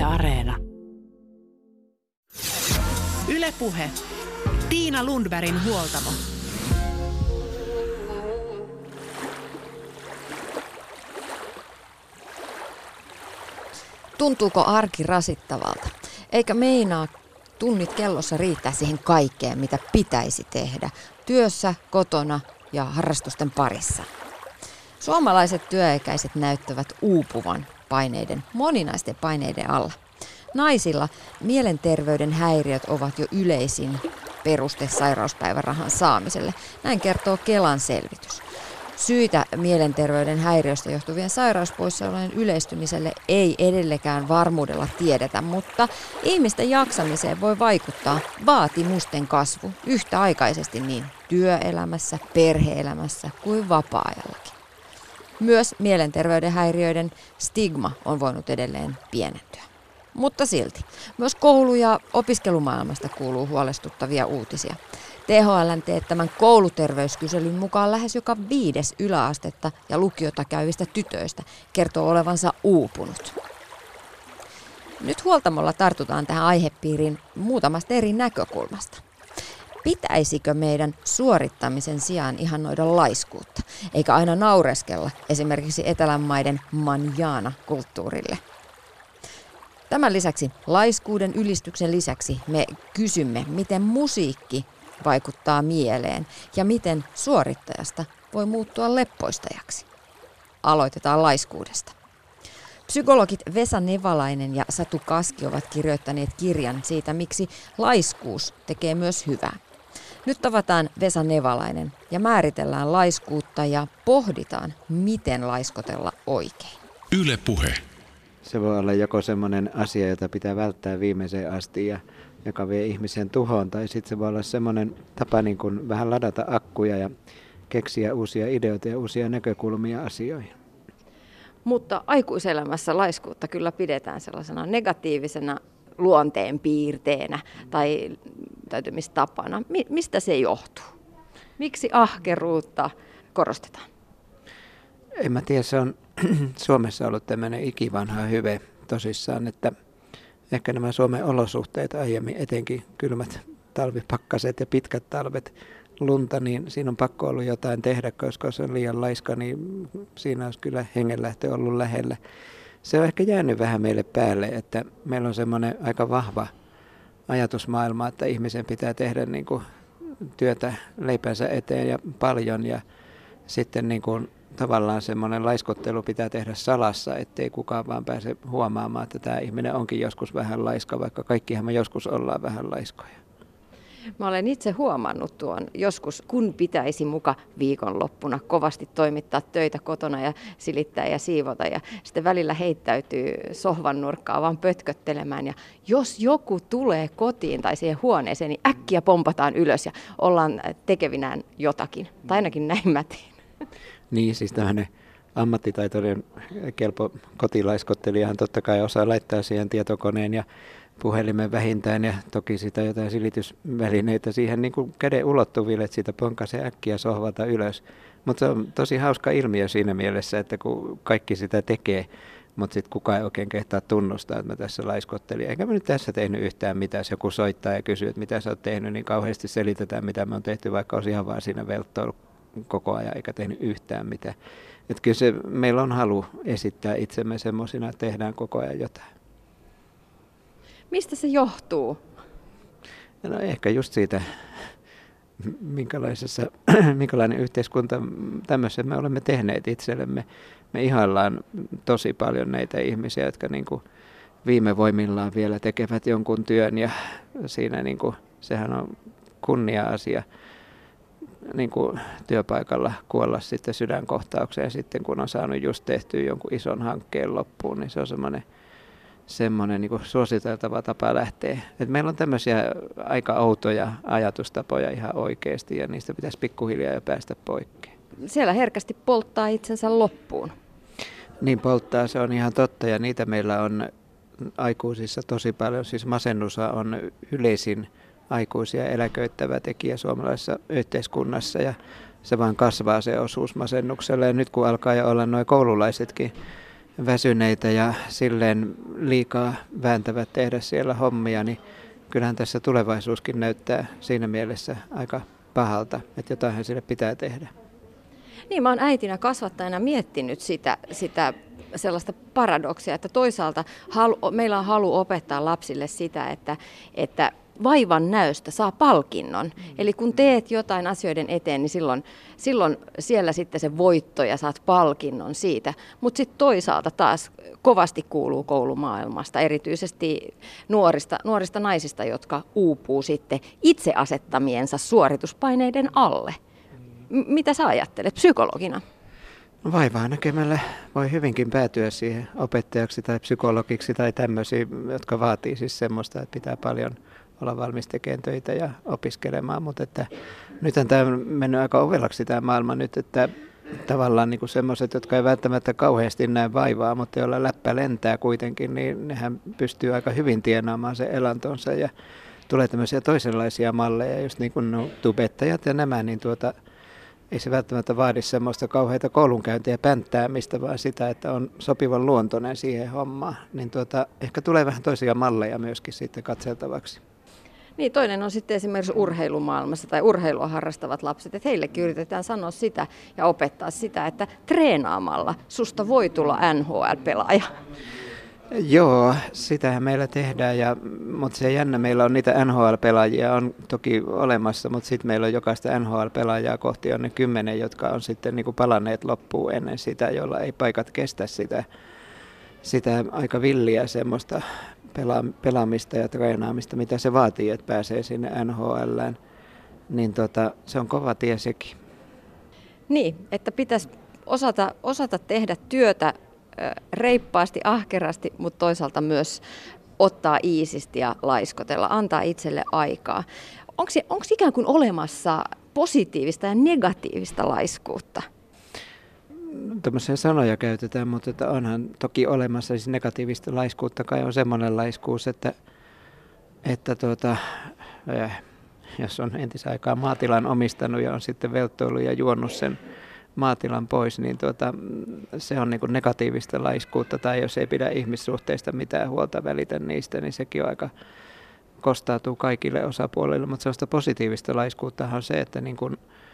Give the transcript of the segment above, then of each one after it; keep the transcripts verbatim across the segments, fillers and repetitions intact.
Areena. Yle Puhe. Tiina Lundbergin huoltamo. Tuntuuko arki rasittavalta? Eikä meinaa tunnit kellossa riittää siihen kaikkeen, mitä pitäisi tehdä työssä, kotona ja harrastusten parissa? Suomalaiset työikäiset näyttävät uupuvan paineiden, moninaisten paineiden alla. Naisilla mielenterveyden häiriöt ovat jo yleisin peruste sairauspäivärahan saamiselle. Näin kertoo Kelan selvitys. Syitä mielenterveyden häiriöstä johtuvien sairauspoissaolojen yleistymiselle ei edellekään varmuudella tiedetä, mutta ihmisten jaksamiseen voi vaikuttaa vaatimusten kasvu yhtäaikaisesti niin työelämässä, perhe-elämässä kuin vapaa-ajallakin. Myös mielenterveyden häiriöiden stigma on voinut edelleen pienentyä. Mutta silti myös koulu- ja opiskelumaailmasta kuuluu huolestuttavia uutisia. T H L:n teettämän kouluterveyskyselyn mukaan lähes joka viides yläastetta ja lukiota käyvistä tytöistä kertoo olevansa uupunut. Nyt huoltamolla tartutaan tähän aihepiiriin muutamasta eri näkökulmasta. Pitäisikö meidän suorittamisen sijaan ihannoida laiskuutta, eikä aina naureskella esimerkiksi etelän maiden manjana-kulttuurille? Tämän lisäksi, laiskuuden ylistyksen lisäksi, me kysymme, miten musiikki vaikuttaa mieleen ja miten suorittajasta voi muuttua leppoistajaksi. Aloitetaan laiskuudesta. Psykologit Vesa Nevalainen ja Satu Kaski ovat kirjoittaneet kirjan siitä, miksi laiskuus tekee myös hyvää. Nyt tavataan Vesa Nevalainen ja määritellään laiskuutta ja pohditaan, miten laiskotella oikein. Yle Puhe. Se voi olla joko semmoinen asia, jota pitää välttää viimeiseen asti ja joka vie ihmisen tuhoon, tai sitten se voi olla semmoinen tapa niin kuin vähän ladata akkuja ja keksiä uusia ideoita ja uusia näkökulmia asioihin. Mutta aikuiselämässä laiskuutta kyllä pidetään sellaisena negatiivisena luonteenpiirteenä tai täytymistapana. Mi- mistä se johtuu? Miksi ahkeruutta korostetaan? En mä tiedä, se on Suomessa ollut tämmöinen ikivanha hyve tosissaan, että ehkä nämä Suomen olosuhteet aiemmin, etenkin kylmät talvipakkaset ja pitkät talvet, lunta, niin siinä on pakko ollut jotain tehdä, koska se on liian laiska, niin siinä olisi kyllä hengenlähtö ollut lähellä. Se on ehkä jäänyt vähän meille päälle, että meillä on semmoinen aika vahva ajatusmaailma, että ihmisen pitää tehdä niin kuin työtä leipänsä eteen ja paljon, ja sitten niin kuin tavallaan semmoinen laiskottelu pitää tehdä salassa, ettei kukaan vaan pääse huomaamaan, että tämä ihminen onkin joskus vähän laiska, vaikka kaikkihan me joskus ollaan vähän laiskoja. Mä olen itse huomannut tuon joskus, kun pitäisi muka viikonloppuna kovasti toimittaa töitä kotona ja silittää ja siivota ja sitten välillä heittäytyy sohvan nurkkaan vaan pötköttelemään. Ja jos joku tulee kotiin tai siihen huoneeseen, niin äkkiä pompataan ylös ja ollaan tekevinään jotakin. Tai ainakin näin mä teen. Niin, siis tämmöinen ammattitaitoinen kelpo kotilaiskottelijahan totta kai osaa laittaa siihen tietokoneen ja puhelimen vähintään ja toki sitä jotain silitysvälineitä siihen niin kuin käden ulottuville, että siitä ponkasee äkkiä sohvalta ylös. Mutta se on tosi hauska ilmiö siinä mielessä, että kun kaikki sitä tekee, mutta sitten kukaan ei oikein kehtaa tunnustaa, että mä tässä laiskottelin. Eikä mä nyt tässä tehnyt yhtään mitään. Jos joku soittaa ja kysyy, että mitä sä oot tehnyt, niin kauheasti selitetään, mitä mä oon tehty, vaikka olisi ihan vaan siinä velttoilla koko ajan eikä tehnyt yhtään mitään. Että kyllä se, meillä on halu esittää itsemme semmoisina, että tehdään koko ajan jotain. Mistä se johtuu? No ehkä just siitä, minkälaisessa, minkälainen yhteiskunta tämmöisen me olemme tehneet itsellemme. Me ihaillaan tosi paljon näitä ihmisiä, jotka niin kuin viime voimillaan vielä tekevät jonkun työn ja siinä niin kuin, sehän on kunnia-asia niin kuin työpaikalla kuolla sitten sydänkohtaukseen sitten, kun on saanut just tehtyä jonkun ison hankkeen loppuun, niin se on semmoinen semmoinen niin kuin suositeltava tapa lähteä. Et meillä on tämmöisiä aika outoja ajatustapoja ihan oikeasti ja niistä pitäisi pikkuhiljaa jo päästä poikkeen. Siellä herkästi polttaa itsensä loppuun. Niin polttaa, se on ihan totta ja niitä meillä on aikuisissa tosi paljon. Siis masennus on yleisin aikuisia eläköittävä tekijä suomalaisessa yhteiskunnassa ja se vaan kasvaa se osuus masennukselle. Ja nyt kun alkaa jo olla nuo koululaisetkin väsyneitä ja silleen liikaa vääntävät tehdä siellä hommia, niin kyllähän tässä tulevaisuuskin näyttää siinä mielessä aika pahalta, että jotainhan sille pitää tehdä. Niin, mä oon äitinä kasvattajana miettinyt sitä, sitä sellaista paradoksia, että toisaalta halu, meillä on halu opettaa lapsille sitä, että, että vaivan näöstä saa palkinnon. Mm. Eli kun teet jotain asioiden eteen, niin silloin, silloin siellä sitten se voitto ja saat palkinnon siitä. Mutta sitten toisaalta taas kovasti kuuluu koulumaailmasta, erityisesti nuorista, nuorista naisista, jotka uupuu sitten itse asettamiensa suorituspaineiden alle. M- mitä sä ajattelet psykologina? No vaivaa näkemällä voi hyvinkin päätyä siihen opettajaksi tai psykologiksi tai tämmöisiä, jotka vaatii siis semmoista, että pitää paljon olla valmis tekemään töitä ja opiskelemaan, mutta että nythän tämä on mennyt aika ovelaksi tämä maailma nyt, että tavallaan niin semmoiset, jotka ei välttämättä kauheasti näe vaivaa, mutta joilla läppä lentää kuitenkin, niin nehän pystyy aika hyvin tienaamaan sen elantonsa ja tulee tämmöisiä toisenlaisia malleja, just niin kuin no, tubettajat ja nämä, niin tuota, ei se välttämättä vaadi semmoista kauheita koulunkäyntiä ja pänttäämistä, vaan sitä, että on sopivan luontoinen siihen hommaan. Niin tuota, ehkä tulee vähän toisia malleja myöskin sitten katseltavaksi. Niin, toinen on sitten esimerkiksi urheilumaailmassa tai urheilua harrastavat lapset, että heillekin yritetään sanoa sitä ja opettaa sitä, että treenaamalla susta voi tulla N H L-pelaaja. Joo, sitähän meillä tehdään, ja, mutta se jännä, meillä on niitä N H L-pelaajia on toki olemassa, mutta sitten meillä on jokaista N H L-pelaajaa kohti on ne kymmenen, jotka on sitten niin kuin palanneet loppuun ennen sitä, jolla ei paikat kestä sitä, sitä aika villiä semmoista pela- pelaamista ja treenaamista, mitä se vaatii, että pääsee sinne N H L:ään, niin tota, se on kova tie sekin. Niin, että pitäisi osata, osata tehdä työtä reippaasti, ahkerasti, mutta toisaalta myös ottaa iisisti ja laiskotella, antaa itselle aikaa. Onko ikään kuin olemassa positiivista ja negatiivista laiskuutta? Tämmöisiä sanoja käytetään, mutta että onhan toki olemassa siis negatiivista laiskuutta, kai on semmoinen laiskuus, että, että tuota, äh, jos on entisaikaan maatilan omistanut ja on sitten velttoillut ja juonut sen maatilan pois, niin tuota, se on niin kuin negatiivista laiskuutta, tai jos ei pidä ihmissuhteista mitään huolta, välitä niistä, niin sekin on aika kostautuu kaikille osapuolille, mutta sellaista positiivista laiskuuttahan on se, että niin kuin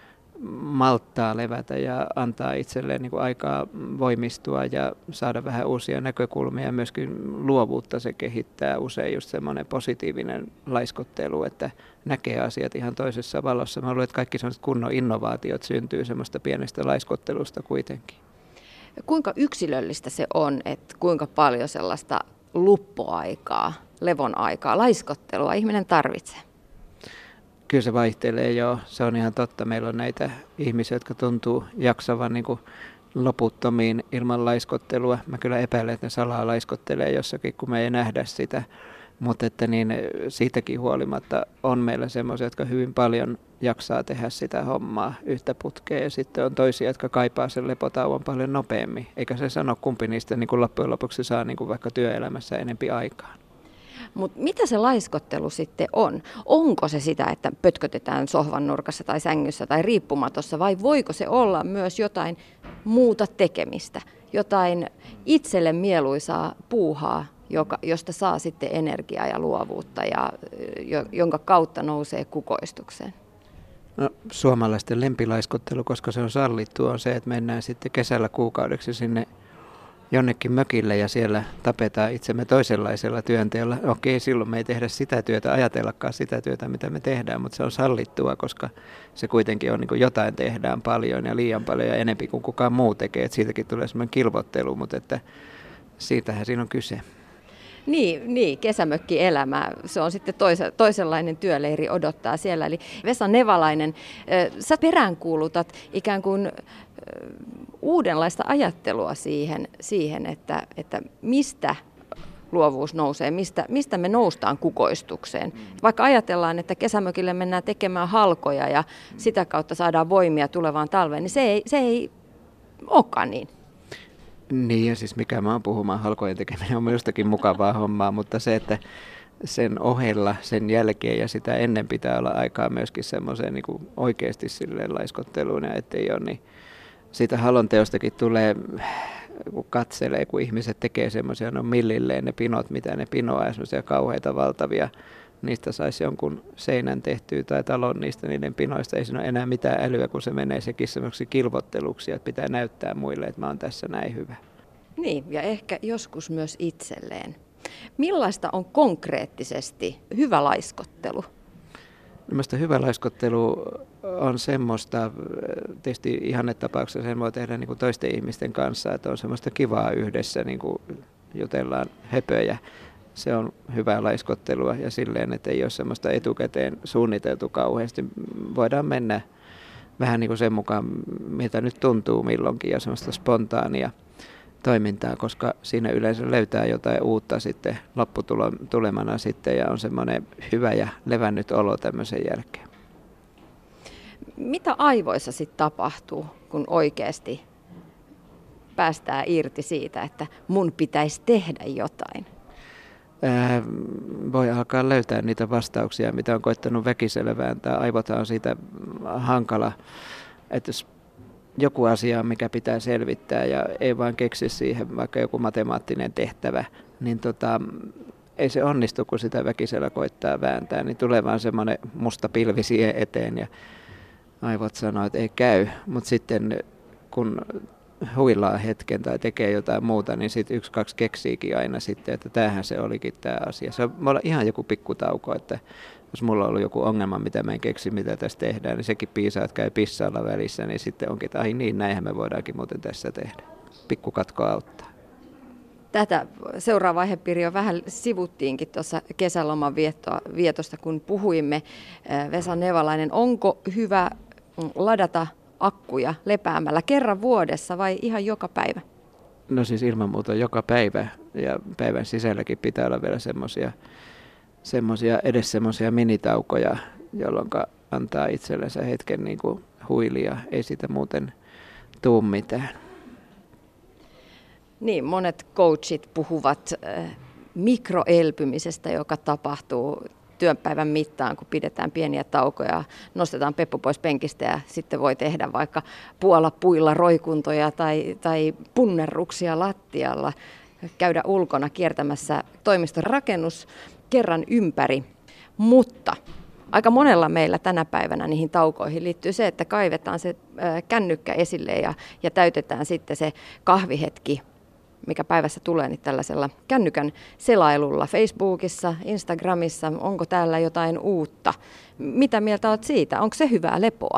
malttaa levätä ja antaa itselleen niin kuin aikaa voimistua ja saada vähän uusia näkökulmia ja myöskin luovuutta se kehittää usein just semmoinen positiivinen laiskottelu, että näkee asiat ihan toisessa valossa. Mä luulen, että kaikki sellaiset kunnon innovaatiot syntyy semmoista pienestä laiskottelusta kuitenkin. Kuinka yksilöllistä se on, että kuinka paljon sellaista luppoaikaa, levon aikaa, laiskottelua ihminen tarvitsee? Kyllä se vaihtelee, joo. Se on ihan totta. Meillä on näitä ihmisiä, jotka tuntuu jaksavan niin kuin loputtomiin ilman laiskottelua. Mä kyllä epäilen, että ne salaa laiskottelee jossakin, kun me ei nähdä sitä. Mutta että niin, siitäkin huolimatta on meillä semmoisia, jotka hyvin paljon jaksaa tehdä sitä hommaa yhtä putkea. Ja sitten on toisia, jotka kaipaa sen lepotauon paljon nopeammin. Eikä se sano, kumpi niistä niin kuin loppujen lopuksi saa niin kuin vaikka työelämässä enempi aikaa. Mutta mitä se laiskottelu sitten on? Onko se sitä, että pötkötetään sohvan nurkassa tai sängyssä tai riippumatossa, vai voiko se olla myös jotain muuta tekemistä, jotain itselle mieluisaa puuhaa, joka, josta saa sitten energiaa ja luovuutta ja jonka kautta nousee kukoistukseen? No, suomalaisten lempilaiskottelu, koska se on sallittu, on se, että mennään sitten kesällä kuukaudeksi sinne jonnekin mökille ja siellä tapetaan itsemme toisenlaisella työnteolla. Okei, silloin me ei tehdä sitä työtä, ajatellakaan sitä työtä, mitä me tehdään, mutta se on sallittua, koska se kuitenkin on niin kuin jotain tehdään paljon ja liian paljon ja enemmän kuin kukaan muu tekee. Että siitäkin tulee semmoinen kilvottelu, mutta että siitähän siinä on kyse. Niin, niin, kesämökkielämä. Se on sitten toisa, toisenlainen työleiri odottaa siellä. Eli Vesa Nevalainen, sä peräänkuulutat ikään kuin uudenlaista ajattelua siihen, siihen että, että mistä luovuus nousee, mistä, mistä me noustaan kukoistukseen. Vaikka ajatellaan, että kesämökille mennään tekemään halkoja ja sitä kautta saadaan voimia tulevaan talveen, niin se ei, se ei olekaan niin. Niin, ja siis mikä mä oon puhumaan, halkojen tekeminen on minustakin mukavaa hommaa, mutta se, että sen ohella, sen jälkeen ja sitä ennen pitää olla aikaa myöskin semmoiseen niin kuin oikeasti silleen laiskotteluun, ja ettei ole, niin siitä halonteostakin tulee kun katselee, kun ihmiset tekee semmoisia, no millilleen ne pinot, mitä ne pinoaa, semmoisia kauheita valtavia. Niistä saisi jonkun seinän tehtyä tai talon niistä niiden pinoista. Ei siinä ole enää mitään älyä, kun se menee sekin semmoiksi kilvotteluksi, että pitää näyttää muille, että mä oon tässä näin hyvä. Niin, ja ehkä joskus myös itselleen. Millaista on konkreettisesti hyvä laiskottelu? Mielestäni hyvä laiskottelu on semmoista, tietysti ihannetapauksessa sen voi tehdä niin kuin toisten ihmisten kanssa, että on semmoista kivaa yhdessä, niin kuin jutellaan höpöjä. Se on hyvää laiskottelua ja silleen, että ei ole semmoista etukäteen suunniteltu kauheasti. Voidaan mennä vähän niin kuin sen mukaan, miltä nyt tuntuu milloinkin ja semmoista spontaania toimintaa, koska siinä yleensä löytää jotain uutta sitten lopputulemana sitten ja on semmoinen hyvä ja levännyt olo tämmöisen jälkeen. Mitä aivoissa sitten tapahtuu, kun oikeasti päästään irti siitä, että mun pitäisi tehdä jotain? Ää, voi alkaa löytää niitä vastauksia, mitä on koittanut väkisellä vääntää. Aivothan on siitä hankala, että jos joku asia, mikä pitää selvittää ja ei vaan keksi siihen vaikka joku matemaattinen tehtävä, niin tota, ei se onnistu, kun sitä väkisellä koittaa vääntää, niin tulee vaan semmoinen musta pilvi siihen eteen ja aivot sanoo, että ei käy, mutta sitten kun huilaa hetken tai tekee jotain muuta, niin sitten yksi, kaksi keksiikin aina sitten, että tämähän se olikin tämä asia. Se on olla ihan joku pikkutauko, että jos mulla on ollut joku ongelma, mitä mä en keksi, mitä tässä tehdään, niin sekin piisaa, että käy pissaalla välissä, niin sitten onkin, että ai niin, näinhän me voidaankin muuten tässä tehdä. Pikkukatko auttaa. Tätä seuraava aihepiiri on vähän sivuttiinkin tuossa kesäloman viettoa, vietosta, kun puhuimme. Vesa Nevalainen, onko hyvä ladata akkuja lepäämällä kerran vuodessa vai ihan joka päivä? No siis ilman muuta joka päivä ja päivän sisälläkin pitää olla vielä semmoisia semmoisia, edes semmoisia minitaukoja, jolloin antaa itsellensä hetken niin kuin huilia, ei siitä muuten tuu mitään. Niin, monet coachit puhuvat äh, mikroelpymisestä, joka tapahtuu työpäivän mittaan, kun pidetään pieniä taukoja, nostetaan peppu pois penkistä ja sitten voi tehdä vaikka puolapuilla roikuntoja tai, tai punnerruksia lattialla, käydä ulkona kiertämässä toimiston rakennus kerran ympäri, mutta aika monella meillä tänä päivänä niihin taukoihin liittyy se, että kaivetaan se kännykkä esille ja, ja täytetään sitten se kahvihetki, mikä päivässä tulee, niin tällaisella kännykän selailulla Facebookissa, Instagramissa. Onko täällä jotain uutta? Mitä mieltä olet siitä? Onko se hyvää lepoa?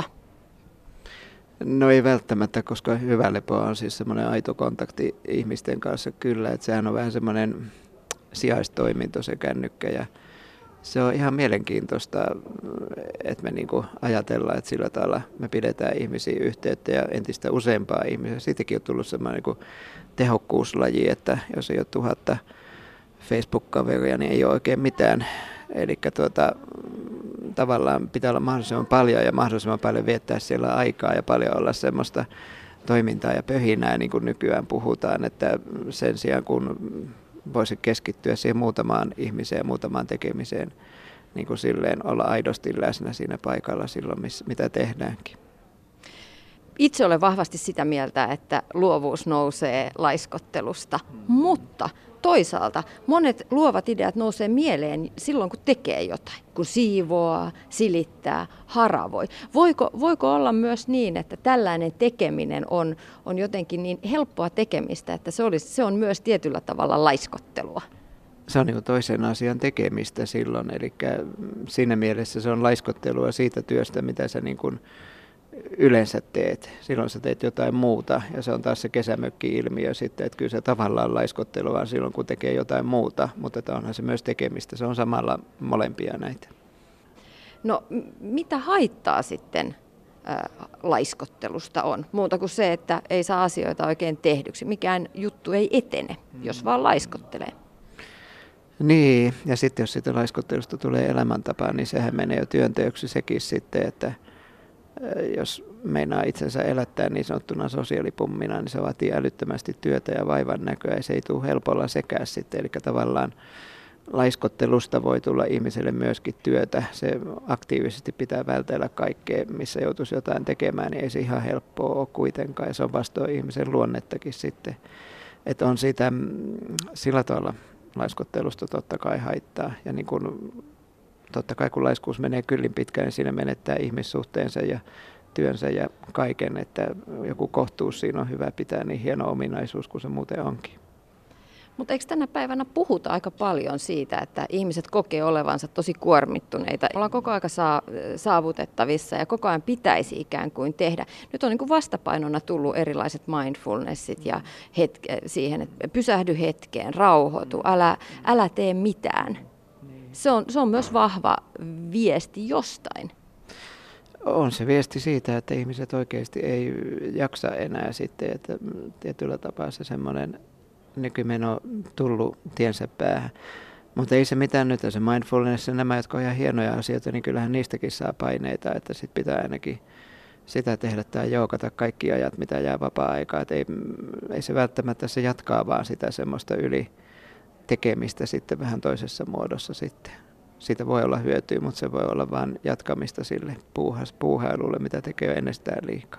No ei välttämättä, koska hyvä lepo on siis semmoinen aito kontakti ihmisten kanssa kyllä, että sehän on vähän semmoinen sijaistoiminto se kännykkä ja se on ihan mielenkiintoista, että me niinku ajatellaan, että sillä tavalla me pidetään ihmisiä yhteyttä ja entistä useampaa ihmisiä. Siitäkin on tullut semmoinen niinku tehokkuuslaji, että jos ei ole tuhatta Facebook-kaveria, niin ei ole oikein mitään. Eli tuota, tavallaan pitää olla mahdollisimman paljon ja mahdollisimman paljon viettää siellä aikaa ja paljon olla semmoista toimintaa ja pöhinää, niin kuin nykyään puhutaan, että sen sijaan kun voisi keskittyä siihen muutamaan ihmiseen ja muutamaan tekemiseen, niin kuin silleen olla aidosti läsnä siinä paikalla silloin, missä, mitä tehdäänkin. Itse olen vahvasti sitä mieltä, että luovuus nousee laiskottelusta, hmm. mutta toisaalta monet luovat ideat nousee mieleen silloin, kun tekee jotain, kun siivoaa, silittää, haravoi. Voiko, voiko olla myös niin, että tällainen tekeminen on, on jotenkin niin helppoa tekemistä, että se, olisi, se on myös tietyllä tavalla laiskottelua? Se on niin kuin toisen asian tekemistä silloin, eli siinä mielessä se on laiskottelua siitä työstä, mitä sä niin kuin yleensä teet. Silloin sä teet jotain muuta ja se on taas se kesämökki-ilmiö sitten, että kyllä se tavallaan laiskottelua on silloin, kun tekee jotain muuta, mutta onhan se myös tekemistä. Se on samalla molempia näitä. No mitä haittaa sitten äh, laiskottelusta on? Muuta kuin se, että ei saa asioita oikein tehdyksi. Mikään juttu ei etene, jos vaan laiskottelee. Niin, ja sitten jos siitä laiskottelusta tulee elämäntapa, niin sehän menee jo työnteoksi sekin sitten, että jos meinaa itsensä elättää niin sanottuna sosiaalipummina, niin se vaatii älyttömästi työtä ja vaivan näköä ja se ei tule helpolla sekään sitten. Eli tavallaan laiskottelusta voi tulla ihmiselle myöskin työtä. Se aktiivisesti pitää vältellä kaikkea, missä joutuisi jotain tekemään, niin ei se ihan helppoa ole kuitenkaan. Ja se on vastoin ihmisen luonnettakin sitten. Että on siitä sillä tavalla laiskottelusta totta kai haittaa. Ja niin kun, totta kai kun laiskuus menee kyllin pitkään, niin siinä menettää ihmissuhteensa ja työnsä ja kaiken. Että joku kohtuus siinä on hyvä pitää, niin hieno ominaisuus kuin se muuten onkin. Mutta eikö tänä päivänä puhuta aika paljon siitä, että ihmiset kokee olevansa tosi kuormittuneita? Ollaan koko ajan saa, saavutettavissa ja koko ajan pitäisi ikään kuin tehdä. Nyt on niin kuin vastapainona tullut erilaiset mindfulnessit ja hetke, siihen, että pysähdy hetkeen, rauhoitu, älä, älä tee mitään. Se on, se on myös vahva viesti jostain. On se viesti siitä, että ihmiset oikeasti ei jaksa enää sitten, että tietyllä tapaa se semmoinen nykymeno tullut tiensä päähän. Mutta ei se mitään nyt, se mindfulness ja nämä, jotka on ihan hienoja asioita, niin kyllähän niistäkin saa paineita, että sit pitää ainakin sitä tehdä tai joukata kaikki ajat, mitä jää vapaa-aikaa. Ei, ei se välttämättä se jatkaa vaan sitä semmoista yli tekemistä sitten vähän toisessa muodossa sitten. Siitä voi olla hyötyä, mutta se voi olla vain jatkamista sille puuhas, puuhailulle, mitä tekee ennestään liikaa.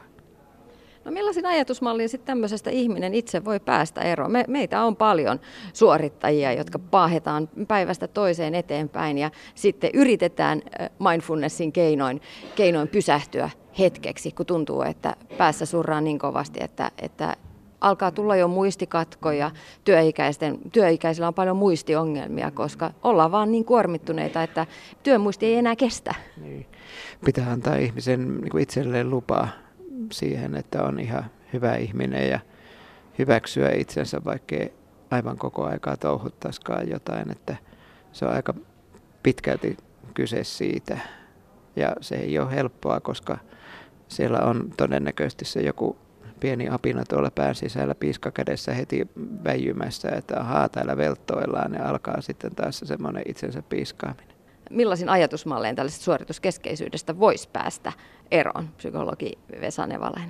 No millaisiin ajatusmalliin sitten tämmöisestä ihminen itse voi päästä eroon? Me, meitä on paljon suorittajia, jotka paahetaan päivästä toiseen eteenpäin ja sitten yritetään mindfulnessin keinoin, keinoin pysähtyä hetkeksi, kun tuntuu, että päässä surraa niin kovasti, että, että alkaa tulla jo muistikatkoja. Työikäisten, työikäisillä on paljon muistiongelmia, koska ollaan vaan niin kuormittuneita, että työmuisti ei enää kestä. Niin. Pitää antaa ihmisen niin kuin itselleen lupaa siihen, että on ihan hyvä ihminen ja hyväksyä itsensä, vaikkei aivan koko aikaa touhuttaisikaan jotain, että se on aika pitkälti kyse siitä. Ja se ei ole helppoa, koska siellä on todennäköisesti se joku pieni apina tuolla pään sisällä piiska kädessä heti väijymässä, että ahaa, täällä velttoillaan ja alkaa sitten taas semmoinen itsensä piiskaaminen. Millaisin ajatusmalleen tällaisesta suorituskeskeisyydestä voisi päästä eroon, psykologi Vesa Nevalainen?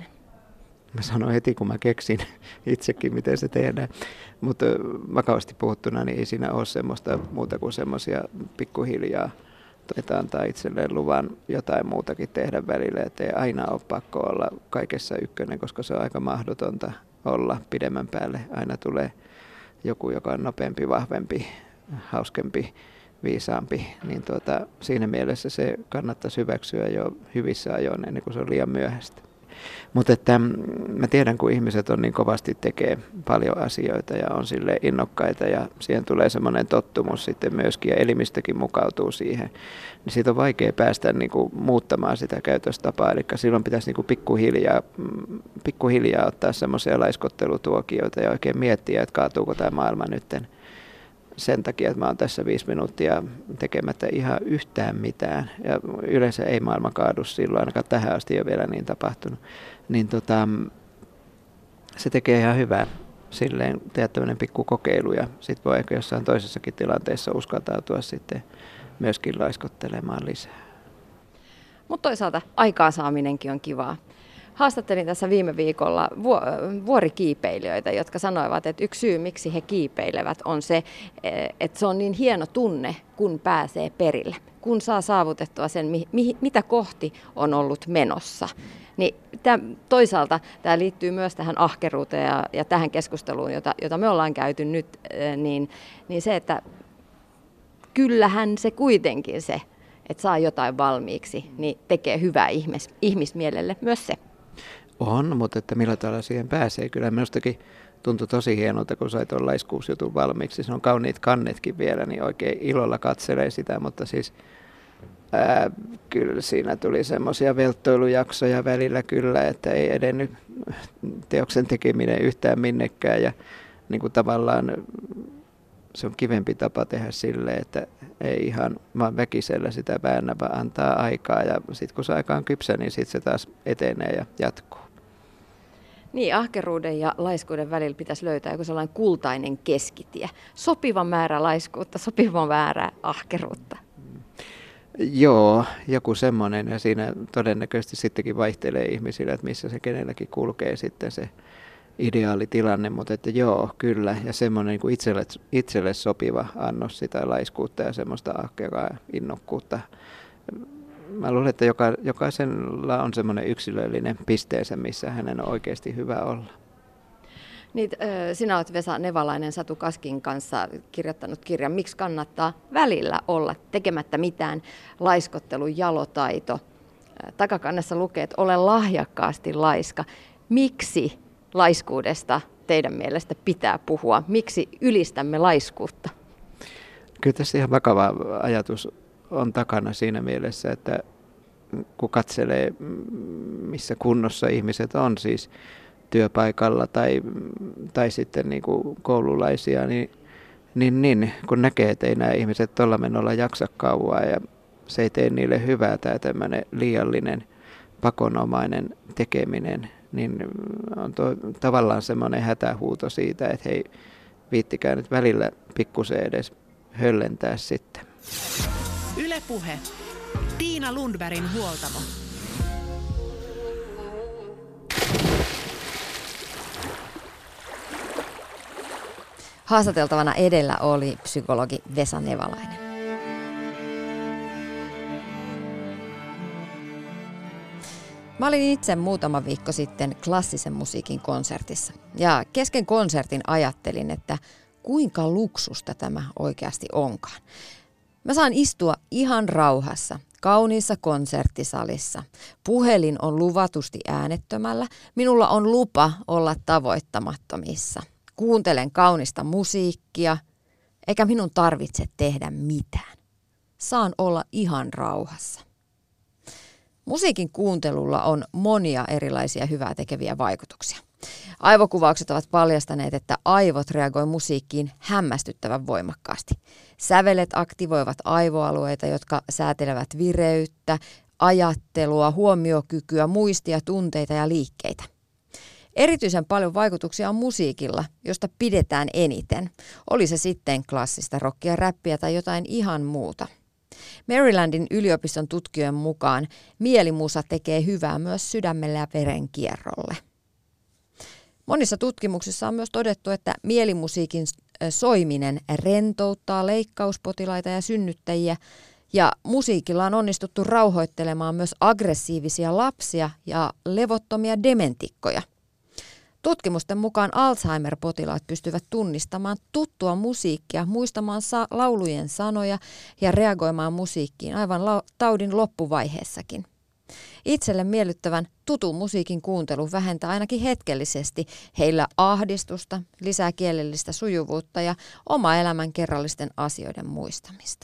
Mä sanoin heti, kun mä keksin itsekin, miten se tehdään. Mutta vakavasti puhuttuna, niin ei siinä ole semmoista muuta kuin semmoisia pikkuhiljaa, että antaa itselleen luvan jotain muutakin tehdä välillä, että ei aina ole pakko olla kaikessa ykkönen, koska se on aika mahdotonta olla pidemmän päälle. Aina tulee joku, joka on nopeampi, vahvempi, hauskempi, viisaampi, niin tuota, siinä mielessä se kannattaisi hyväksyä jo hyvissä ajoin ennen kuin se on liian myöhäistä. Mutta että mä tiedän, kun ihmiset on niin kovasti tekee paljon asioita ja on sille innokkaita ja siihen tulee semmoinen tottumus sitten myöskin ja elimistökin mukautuu siihen, niin siitä on vaikea päästä niin kuin muuttamaan sitä käytöstapaa. Eli silloin pitäisi niin kuin pikkuhiljaa, pikkuhiljaa ottaa semmoisia laiskottelutuokioita ja oikein miettiä, että kaatuuko tämä maailma nytten sen takia, että mä oon tässä viisi minuuttia tekemättä ihan yhtään mitään. Ja yleensä ei maailma kaadu silloin, ainakaan tähän asti ei ole vielä niin tapahtunut. Niin tota, se tekee ihan hyvää silleen tehdä tämmöinen pikku kokeilu ja sitten voi ehkä jossain toisessakin tilanteessa uskaltautua sitten myöskin laiskottelemaan lisää. Mutta toisaalta aikaansaaminenkin on kivaa. Haastattelin tässä viime viikolla vuorikiipeilijöitä, jotka sanoivat, että yksi syy, miksi he kiipeilevät, on se, että se on niin hieno tunne, kun pääsee perille. Kun saa saavutettua sen, mitä kohti on ollut menossa. Niin tämän, toisaalta tämä liittyy myös tähän ahkeruuteen ja, ja tähän keskusteluun, jota, jota me ollaan käyty nyt, niin, niin se, että kyllähän se kuitenkin se, että saa jotain valmiiksi, niin tekee hyvää ihmis, ihmismielelle myös se. On, mutta että millä tavalla siihen pääsee. Kyllä minustakin tuntui tosi hienolta, kun sai tuon laiskuusjutun valmiiksi. Se on kauniit kannetkin vielä, niin oikein ilolla katselee sitä, mutta siis ää, kyllä siinä tuli semmoisia velttoilujaksoja välillä kyllä, että ei edennyt teoksen tekeminen yhtään minnekään ja niin kuin tavallaan se on kivempi tapa tehdä silleen, että ei ihan vaan väkisellä sitä väännä, vaan antaa aikaa ja sitten kun se aika on kypsä, niin sitten se taas etenee ja jatkuu. Niin, ahkeruuden ja laiskuuden välillä pitäisi löytää joku sellainen kultainen keskitie. Sopiva määrä laiskuutta, sopiva määrä ahkeruutta. Joo, joku semmoinen ja siinä todennäköisesti sittenkin vaihtelee ihmisillä, että missä se kenelläkin kulkee sitten se ideaalitilanne, mutta että joo, kyllä. Ja semmoinen niin kuin itselle, itselle sopiva annos sitä laiskuutta ja semmoista ahkeraa innokkuutta. Mä luulen, että joka, jokaisella on semmoinen yksilöllinen pisteensä, missä hänen on oikeasti hyvä olla. Niin, sinä olet Vesa Nevalainen Satu Kaskin kanssa kirjoittanut kirjan Miksi kannattaa välillä olla tekemättä mitään, laiskottelun jalotaito. Takakannessa lukee, että ole lahjakkaasti laiska. Miksi laiskuudesta teidän mielestä pitää puhua? Miksi ylistämme laiskuutta? Kyllä tässä ihan vakava ajatus on takana siinä mielessä, että kun katselee, missä kunnossa ihmiset on, siis työpaikalla tai, tai sitten niin kuin koululaisia, niin, niin, niin kun näkee, että ei nämä ihmiset tuolla menolla jaksa kauaa ja se ei tee niille hyvää tämä tämmöinen liiallinen pakonomainen tekeminen, niin on to, tavallaan semmoinen hätähuuto siitä, että hei, viittikää nyt välillä pikkusen edes höllentää sitten. Yle Puhe. Tiina Lundbergin huoltamo. Haastateltavana edellä oli psykologi Vesa Nevalainen. Mä olin itse muutama viikko sitten klassisen musiikin konsertissa. Ja kesken konsertin ajattelin, että kuinka luksusta tämä oikeasti onkaan. Mä saan istua ihan rauhassa, kauniissa konserttisalissa. Puhelin on luvatusti äänettömällä. Minulla on lupa olla tavoittamattomissa. Kuuntelen kaunista musiikkia, eikä minun tarvitse tehdä mitään. Saan olla ihan rauhassa. Musiikin kuuntelulla on monia erilaisia hyvää tekeviä vaikutuksia. Aivokuvaukset ovat paljastaneet, että aivot reagoi musiikkiin hämmästyttävän voimakkaasti. Sävelet aktivoivat aivoalueita, jotka säätelevät vireyttä, ajattelua, huomiokykyä, muistia, tunteita ja liikkeitä. Erityisen paljon vaikutuksia on musiikilla, josta pidetään eniten. Oli se sitten klassista rockia, räppiä tai jotain ihan muuta. Marylandin yliopiston tutkijoiden mukaan mielimusa tekee hyvää myös sydämelle ja verenkierrolle. Monissa tutkimuksissa on myös todettu, että mielimusiikin soiminen rentouttaa leikkauspotilaita ja synnyttäjiä, ja musiikilla on onnistuttu rauhoittelemaan myös aggressiivisia lapsia ja levottomia dementikkoja. Tutkimusten mukaan Alzheimer-potilaat pystyvät tunnistamaan tuttua musiikkia, muistamaan sa- laulujen sanoja ja reagoimaan musiikkiin aivan la- taudin loppuvaiheessakin. Itselle miellyttävän tutun musiikin kuuntelu vähentää ainakin hetkellisesti heillä ahdistusta, lisää kielellistä sujuvuutta ja oma elämän kerrallisten asioiden muistamista.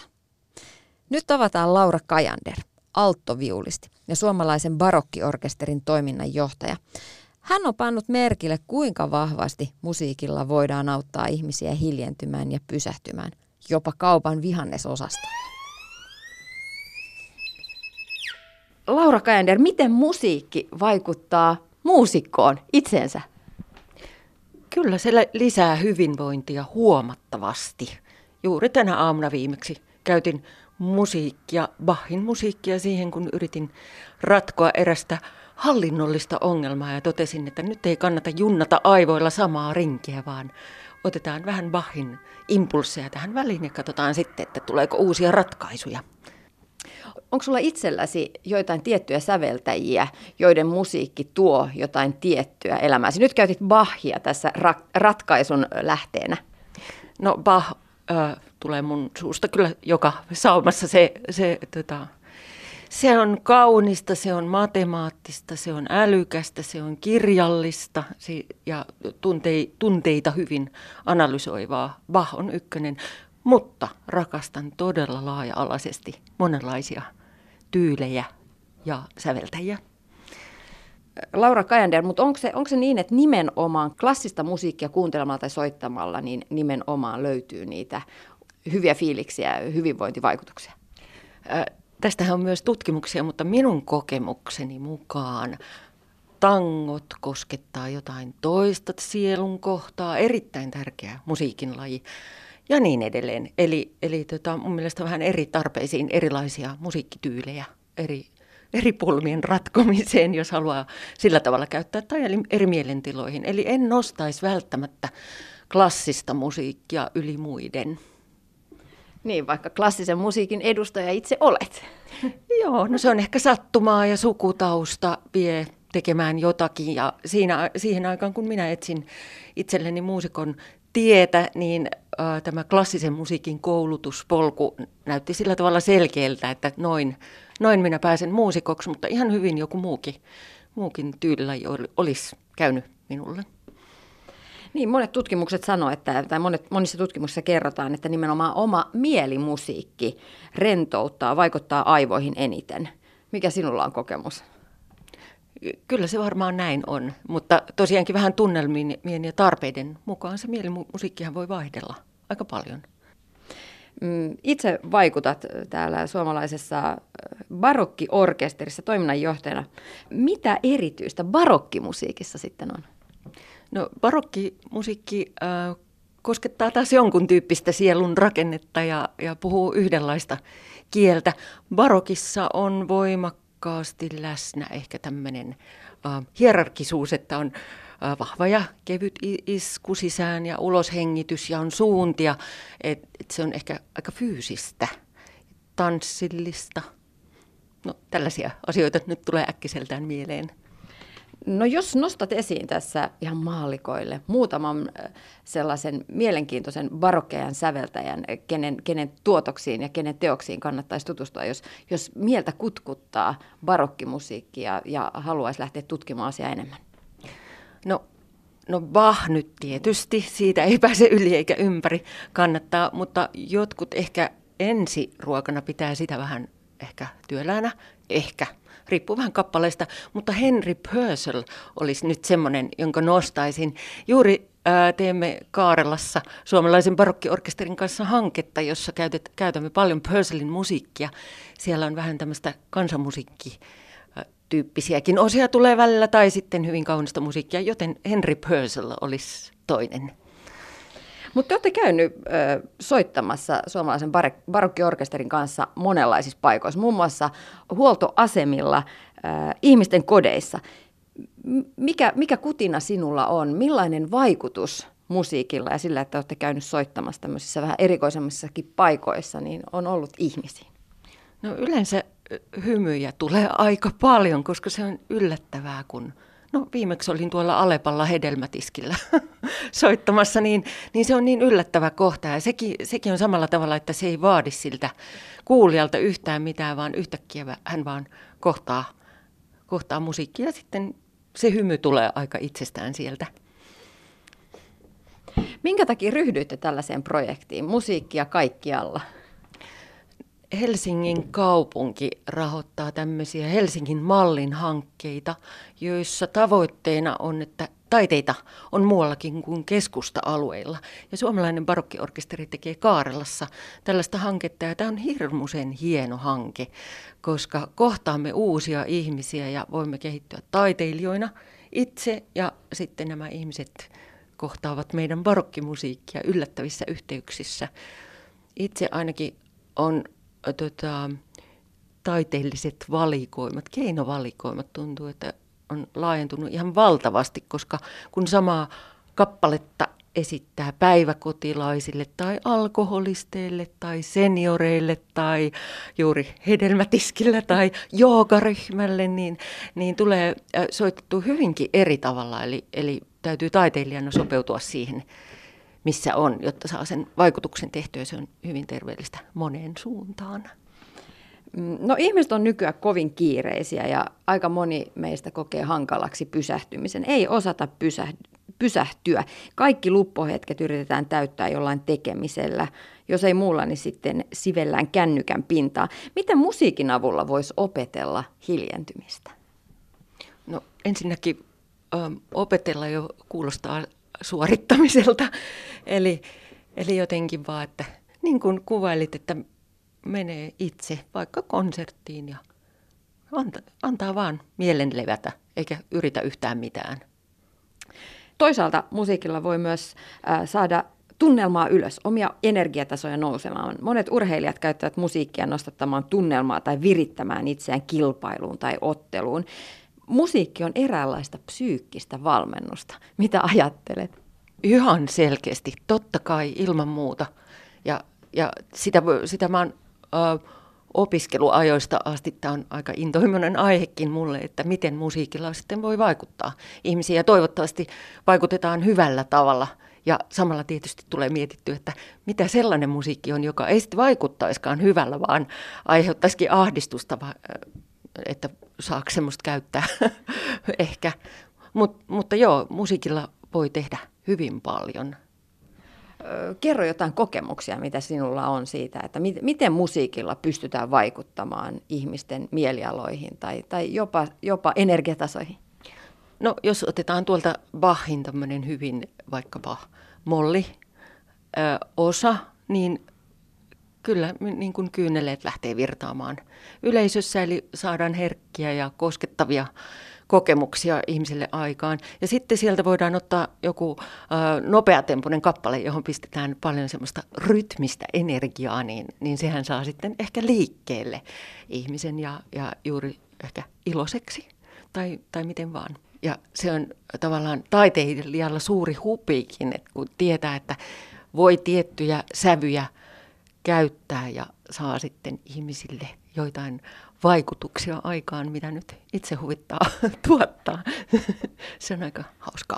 Nyt tavataan Laura Kajander, alttoviulisti ja suomalaisen barokkiorkesterin toiminnanjohtaja. Hän on pannut merkille, kuinka vahvasti musiikilla voidaan auttaa ihmisiä hiljentymään ja pysähtymään, jopa kaupan vihannesosastolla. Laura Kajander, miten musiikki vaikuttaa muusikkoon itseensä? Kyllä se lisää hyvinvointia huomattavasti. Juuri tänä aamuna viimeksi käytin musiikkia, Bachin musiikkia siihen, kun yritin ratkoa erästä hallinnollista ongelmaa ja totesin, että nyt ei kannata junnata aivoilla samaa rinkiä, vaan otetaan vähän Bachin impulsseja tähän väliin ja katsotaan sitten, että tuleeko uusia ratkaisuja. Onko sulla itselläsi joitain tiettyjä säveltäjiä, joiden musiikki tuo jotain tiettyä elämääsi? Nyt käytit Bachia tässä ra- ratkaisun lähteenä. No Bach äh, tulee mun suusta kyllä joka saumassa. Se, se, tota, se on kaunista, se on matemaattista, se on älykästä, se on kirjallista ja tuntei, tunteita hyvin analysoivaa. Bach on ykkönen. Mutta rakastan todella laaja-alaisesti monenlaisia tyylejä ja säveltäjiä. Laura Kajander, mutta onko se, onko se niin, että nimenomaan klassista musiikkia kuuntelemalla tai soittamalla, niin nimenomaan löytyy niitä hyviä fiiliksiä ja hyvinvointivaikutuksia? Äh, tästähän on myös tutkimuksia, mutta minun kokemukseni mukaan tangot koskettaa jotain toista sielun kohtaa, erittäin tärkeä musiikin laji. Ja niin edelleen. Eli, eli tota, mun mielestä vähän eri tarpeisiin erilaisia musiikkityylejä, eri eri pulmien ratkomiseen, jos haluaa sillä tavalla käyttää, tai eri mielentiloihin. Eli en nostaisi välttämättä klassista musiikkia yli muiden. Niin, vaikka klassisen musiikin edustaja itse olet. Joo, no se on ehkä sattumaa ja sukutausta vie tekemään jotakin. Ja siinä, siihen aikaan, kun minä etsin itselleni muusikon tietä, niin äh, tämä klassisen musiikin koulutuspolku näytti sillä tavalla selkeältä, että noin, noin minä pääsen muusikoksi, mutta ihan hyvin joku muukin, muukin tyylillä olisi käynyt minulle. Niin, monet tutkimukset sanoo, että, tai monet, monissa tutkimuksissa kerrotaan, että nimenomaan oma mielimusiikki rentouttaa, vaikuttaa aivoihin eniten. Mikä sinulla on kokemus? Kyllä se varmaan näin on, mutta tosiaankin vähän tunnelmien ja tarpeiden mukaan se mielimusiikkihan voi vaihdella aika paljon. Itse vaikutat täällä suomalaisessa barokkiorkesterissa toiminnanjohtajana. Mitä erityistä barokkimusiikissa sitten on? No barokkimusiikki äh, koskettaa taas jonkun tyyppistä sielun rakennetta ja, ja puhuu yhdenlaista kieltä. Barokissa on voimakkaasti läsnä ehkä tämmöinen äh, hierarkisuus, että on äh, vahva ja kevyt isku sisään ja uloshengitys ja on suuntia. Et, et se on ehkä aika fyysistä, tanssillista. No tällaisia asioita nyt tulee äkkiseltään mieleen. No jos nostat esiin tässä ihan maallikoille muutaman sellaisen mielenkiintoisen barokkean säveltäjän, kenen, kenen tuotoksiin ja kenen teoksiin kannattaisi tutustua, jos, jos mieltä kutkuttaa barokkimusiikkia ja haluaisi lähteä tutkimaan asiaa enemmän? No, no Bach nyt tietysti, siitä ei pääse yli eikä ympäri kannattaa, mutta jotkut ehkä ensiruokana pitää sitä vähän ehkä työläänä, ehkä. Riippuu vähän kappaleista, mutta Henry Purcell olisi nyt semmoinen, jonka nostaisin. Juuri ää, teemme Kaarelassa suomalaisen barokkiorkesterin kanssa hanketta, jossa käytet, käytämme paljon Purcellin musiikkia. Siellä on vähän tämmöistä kansanmusiikkityyppisiäkin osia tulee välillä tai sitten hyvin kaunista musiikkia, joten Henry Purcell olisi toinen. Mutta te olette käynyt ö, soittamassa suomalaisen bar- barokkiorkesterin kanssa monenlaisissa paikoissa, muun muassa huoltoasemilla, ö, ihmisten kodeissa. Mikä, mikä kutina sinulla on? Millainen vaikutus musiikilla ja sillä, että olette käynyt soittamassa tämmöisissä vähän erikoisemmissakin paikoissa, niin on ollut ihmisiin? No yleensä hymyjä tulee aika paljon, koska se on yllättävää, kun... No viimeksi olin tuolla Alepalla hedelmätiskillä soittamassa, niin, niin se on niin yllättävä kohta. Ja sekin, sekin on samalla tavalla, että se ei vaadi siltä kuulijalta yhtään mitään, vaan yhtäkkiä hän vaan kohtaa, kohtaa musiikkia ja sitten se hymy tulee aika itsestään sieltä. Minkä takia ryhdyitte tällaiseen projektiin, musiikkia kaikkialla? Helsingin kaupunki rahoittaa tämmöisiä Helsingin mallin hankkeita, joissa tavoitteena on, että taiteita on muuallakin kuin keskusta-alueilla. Ja suomalainen barokkiorkesteri tekee Kaarelassa tällaista hanketta, ja tämä on hirmuisen hieno hanke, koska kohtaamme uusia ihmisiä ja voimme kehittyä taiteilijoina itse, ja sitten nämä ihmiset kohtaavat meidän barokkimusiikkia yllättävissä yhteyksissä. Itse ainakin on Tota, taiteelliset valikoimat, keinovalikoimat tuntuu, että on laajentunut ihan valtavasti, koska kun samaa kappaletta esittää päiväkotilaisille tai alkoholisteille tai senioreille tai juuri hedelmätiskillä tai joogaryhmälle, niin, niin tulee soitettu hyvinkin eri tavalla, eli, eli täytyy taiteilijana sopeutua siihen, missä on, jotta saa sen vaikutuksen tehtyä. Se on hyvin terveellistä moneen suuntaan. No ihmiset on nykyään kovin kiireisiä ja aika moni meistä kokee hankalaksi pysähtymisen. Ei osata pysäh- pysähtyä. Kaikki luppohetket yritetään täyttää jollain tekemisellä. Jos ei muulla, niin sitten sivellään kännykän pintaa. Miten musiikin avulla voisi opetella hiljentymistä? No ensinnäkin ö, opetella jo kuulostaa suorittamiselta. Eli, eli jotenkin vaan, että niin kuin kuvailit, että menee itse vaikka konserttiin ja anta, antaa vaan mielen levätä, eikä yritä yhtään mitään. Toisaalta musiikilla voi myös äh, saada tunnelmaa ylös, omia energiatasoja nousemaan. Monet urheilijat käyttävät musiikkia nostattamaan tunnelmaa tai virittämään itseään kilpailuun tai otteluun. Musiikki on eräänlaista psyykkistä valmennusta. Mitä ajattelet? Ihan selkeästi, totta kai, ilman muuta. Ja, ja sitä, sitä mä oon ö, opiskeluajoista asti, tämä on aika intohimoinen aihekin mulle, että miten musiikilla sitten voi vaikuttaa ihmisiin. Ja toivottavasti vaikutetaan hyvällä tavalla. Ja samalla tietysti tulee mietittyä, että mitä sellainen musiikki on, joka ei sitten vaikuttaisikaan hyvällä, vaan aiheuttaisikin ahdistusta, että saako semmoista käyttää ehkä. Mut, mutta joo, musiikilla voi tehdä hyvin paljon. Kerro jotain kokemuksia, mitä sinulla on siitä, että mi- miten musiikilla pystytään vaikuttamaan ihmisten mielialoihin tai, tai jopa, jopa energiatasoihin. No jos otetaan tuolta Bachin tämmöinen hyvin vaikkapa molli ö, osa, niin kyllä niin kuin kyyneleet lähtee virtaamaan yleisössä, eli saadaan herkkiä ja koskettavia kokemuksia ihmisille aikaan. Ja sitten sieltä voidaan ottaa joku ö, nopeatempoinen kappale, johon pistetään paljon semmoista rytmistä energiaa, niin, niin sehän saa sitten ehkä liikkeelle ihmisen ja, ja juuri ehkä iloiseksi tai, tai miten vaan. Ja se on tavallaan taiteilijalla suuri hupikin, että kun tietää, että voi tiettyjä sävyjä käyttää ja saa sitten ihmisille joitain vaikutuksia aikaan, mitä nyt itse huvittaa tuottaa. Se on aika hauskaa.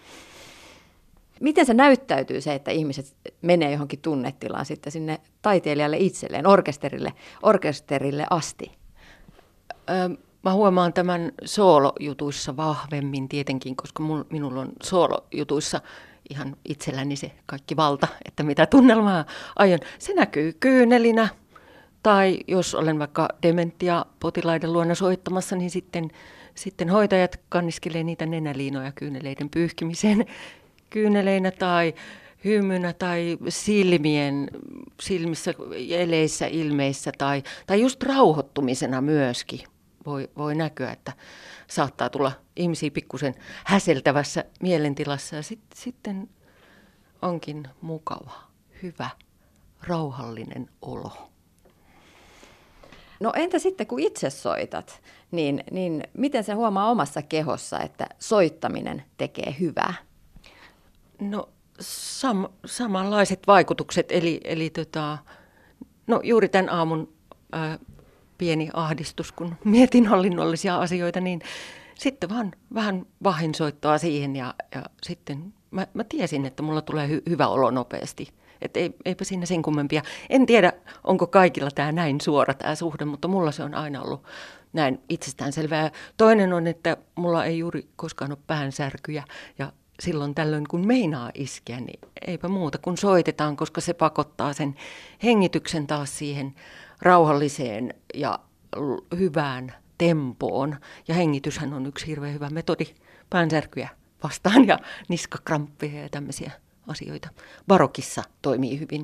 Miten se näyttäytyy se, että ihmiset menee johonkin tunnetilaan sitten sinne taiteilijalle itselleen, orkesterille, orkesterille asti? Ö, Mä huomaan tämän soolojutuissa vahvemmin tietenkin, koska mul, minulla on soolojutuissa ihan itselläni se kaikki valta, että mitä tunnelmaa aion. Se näkyy kyynelinä tai jos olen vaikka dementia-potilaiden luona soittamassa, niin sitten, sitten hoitajat kanniskelee niitä nenäliinoja kyyneleiden pyyhkimiseen kyyneleinä tai hymynä tai silmien, silmissä, eleissä, ilmeissä tai, tai just rauhoittumisena myöskin. Voi, voi näkyä, että saattaa tulla ihmisiä pikkusen häseltävässä mielentilassa ja sit, sitten onkin mukava, hyvä, rauhallinen olo. No entä sitten kun itse soitat, niin, niin miten se huomaa omassa kehossa, että soittaminen tekee hyvää? No sam, samanlaiset vaikutukset, eli, eli tota, no juuri tämän aamun ää, pieni ahdistus, kun mietin hallinnollisia asioita, niin sitten vaan vähän vahinsoittoa siihen ja, ja sitten mä, mä tiesin, että mulla tulee hy, hyvä olo nopeasti. Että ei, eipä siinä sen kummempia. En tiedä, onko kaikilla tämä näin suora tämä suhde, mutta mulla se on aina ollut näin itsestäänselvää. Toinen on, että mulla ei juuri koskaan ole päänsärkyjä ja silloin tällöin kun meinaa iskeä, niin eipä muuta kuin soitetaan, koska se pakottaa sen hengityksen taas siihen rauhalliseen ja hyvään tempoon. Ja hengityshän on yksi hirveän hyvä metodi päänsärkyjä vastaan ja niskakramppeja ja tämmöisiä asioita. Barokissa toimii hyvin.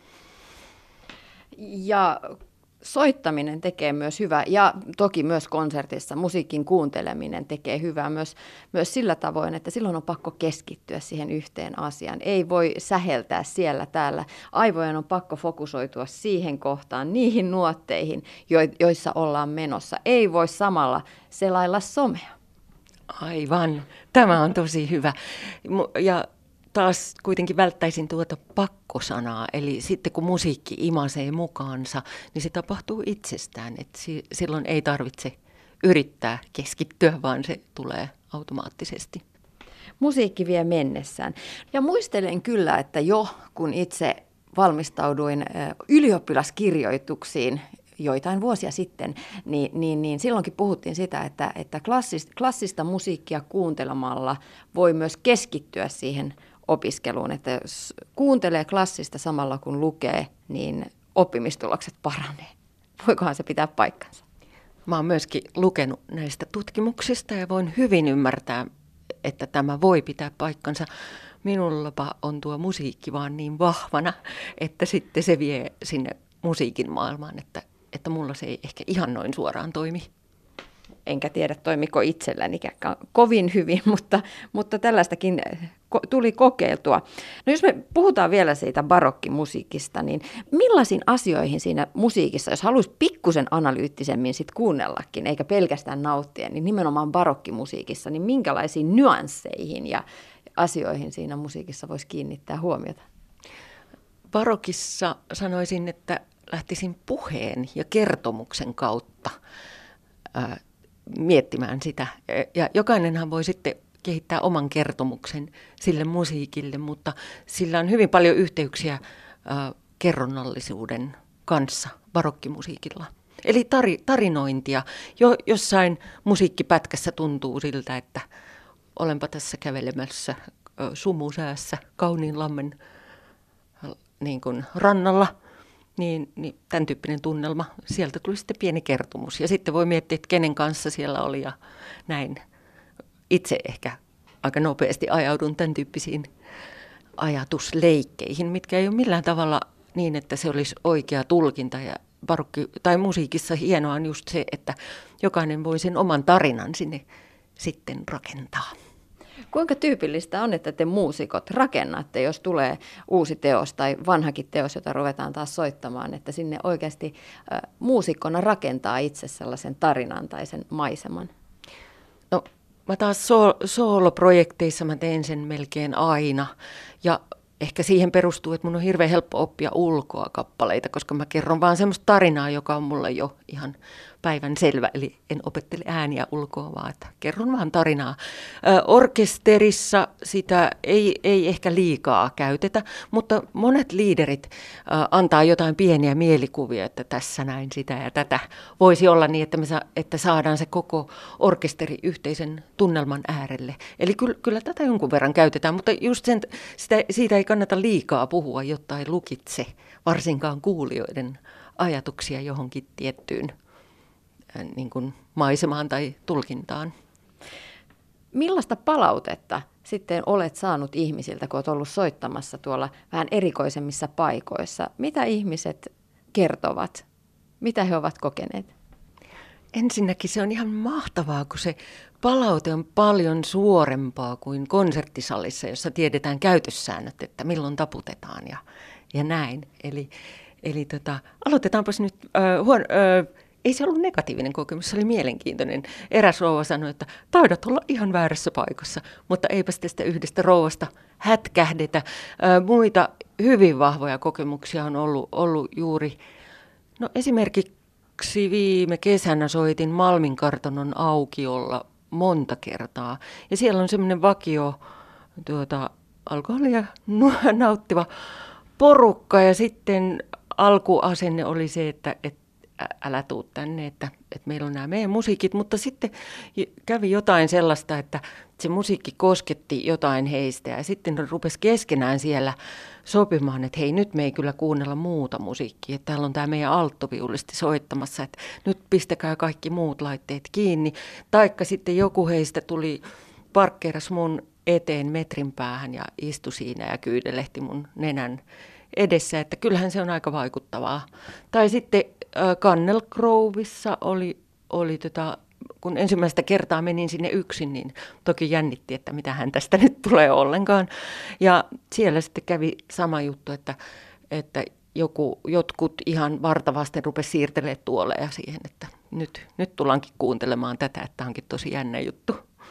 Ja soittaminen tekee myös hyvää, ja toki myös konsertissa musiikin kuunteleminen tekee hyvää myös, myös sillä tavoin, että silloin on pakko keskittyä siihen yhteen asiaan. Ei voi säheltää siellä täällä. Aivojen on pakko fokusoitua siihen kohtaan, niihin nuotteihin, joissa ollaan menossa. Ei voi samalla selailla somea. Aivan. Tämä on tosi hyvä. Ja taas kuitenkin välttäisin tuota pakkosanaa, eli sitten kun musiikki imasee mukaansa, niin se tapahtuu itsestään, että silloin ei tarvitse yrittää keskittyä, vaan se tulee automaattisesti. Musiikki vie mennessään. Ja muistelen kyllä, että jo kun itse valmistauduin ylioppilaskirjoituksiin joitain vuosia sitten, niin, niin, niin silloinkin puhuttiin sitä, että, että klassista, klassista musiikkia kuuntelemalla voi myös keskittyä siihen opiskeluun, että jos kuuntelee klassista samalla kun lukee, niin oppimistulokset paranee. Voikohan se pitää paikkansa? Mä oon myöskin lukenut näistä tutkimuksista ja voin hyvin ymmärtää, että tämä voi pitää paikkansa. Minullapa on tuo musiikki vaan niin vahvana, että sitten se vie sinne musiikin maailmaan, että, että mulla se ei ehkä ihan noin suoraan toimi. enkä tiedä toimiko itsellänikään kovin hyvin, mutta, mutta tällaistakin tuli kokeiltua. No jos me puhutaan vielä siitä barokkimusiikista, niin millaisiin asioihin siinä musiikissa, jos haluaisi pikkusen analyyttisemmin sit kuunnellakin, eikä pelkästään nauttia, niin nimenomaan barokkimusiikissa, niin minkälaisiin nyansseihin ja asioihin siinä musiikissa voisi kiinnittää huomiota? Barokissa sanoisin, että lähtisin puheen ja kertomuksen kautta ää, miettimään sitä. Ja jokainenhan voi sitten kehittää oman kertomuksen sille musiikille, mutta sillä on hyvin paljon yhteyksiä ää, kerronnallisuuden kanssa barokkimusiikilla. Eli tari, tarinointia. Jo, jossain musiikkipätkässä tuntuu siltä, että olenpa tässä kävelemässä ä, sumusäässä kauniin lammen niin kuin rannalla. Niin, niin tämän tyyppinen tunnelma. Sieltä tuli sitten pieni kertomus. Ja sitten voi miettiä, että kenen kanssa siellä oli ja näin. Itse ehkä aika nopeasti ajaudun tämän tyyppisiin ajatusleikkeihin, mitkä ei ole millään tavalla niin, että se olisi oikea tulkinta. Ja barokki, tai musiikissa hienoa on just se, että jokainen voi sen oman tarinan sinne sitten rakentaa. Kuinka tyypillistä on, että te muusikot rakennatte, jos tulee uusi teos tai vanhakin teos, jota ruvetaan taas soittamaan, että sinne oikeasti äh, muusikkona rakentaa itse sellaisen tarinan tai sen maiseman? No, mä taas so- sooloprojekteissa mä teen sen melkein aina ja ehkä siihen perustuu, että mun on hirveän helppo oppia ulkoa kappaleita, koska mä kerron vaan semmoista tarinaa, joka on mulle jo ihan päivän selvä. Eli en opettele ääniä ulkoa, vaan että kerron vaan tarinaa. Ö, orkesterissa sitä ei, ei ehkä liikaa käytetä, mutta monet liiderit ö, antaa jotain pieniä mielikuvia, että tässä näin sitä ja tätä. Voisi olla niin, että, me sa- että saadaan se koko orkesteri yhteisen tunnelman äärelle. Eli kyllä, kyllä tätä jonkun verran käytetään, mutta just sen, sitä, siitä ei kannata liikaa puhua, jotta ei lukitse varsinkaan kuulijoiden ajatuksia johonkin tiettyyn niin kuin maisemaan tai tulkintaan. Millaista palautetta sitten olet saanut ihmisiltä, kun olet ollut soittamassa tuolla vähän erikoisemmissa paikoissa? Mitä ihmiset kertovat? Mitä he ovat kokeneet? Ensinnäkin se on ihan mahtavaa, kun se palaute on paljon suorempaa kuin konserttisalissa, jossa tiedetään käytössäännöt, että milloin taputetaan ja, ja näin. Eli, eli tota, aloitetaanpas nyt. Äh, huon, äh, ei se ollut negatiivinen kokemus, se oli mielenkiintoinen. Eräs rouva sanoi, että taidat olla ihan väärässä paikassa, mutta eipäs tästä yhdestä rouvasta hätkähdetä. Äh, muita hyvin vahvoja kokemuksia on ollut, ollut juuri, no esimerkiksi viime kesänä soitin Malmin kartanon aukiolla monta kertaa. Ja siellä on semmoinen vakio tuota, alkoholia nauttiva porukka. Ja sitten alkuasenne oli se, että et, älä tuu tänne, että, että meillä on nämä meidän musiikit. Mutta sitten kävi jotain sellaista, että se musiikki kosketti jotain heistä. Ja sitten rupesi keskenään siellä sopimaan, että hei, nyt me ei kyllä kuunnella muuta musiikkia. Että täällä on tämä meidän alttoviulisti soittamassa, että nyt pistäkää kaikki muut laitteet kiinni. Taikka sitten joku heistä tuli, parkkeeras mun eteen metrin päähän ja istui siinä ja kyydelehti mun nenän edessä. Että kyllähän se on aika vaikuttavaa. Tai sitten äh, Cannel Grovessa oli, oli tota, kun ensimmäistä kertaa menin sinne yksin, niin toki jännitti, että mitähän tästä nyt tulee ollenkaan. Ja siellä sitten kävi sama juttu, että, että joku, jotkut ihan vartavasten rupesi siirtelemään tuoleja siihen, että nyt, nyt tullaankin kuuntelemaan tätä, että tämä onkin tosi jännä juttu.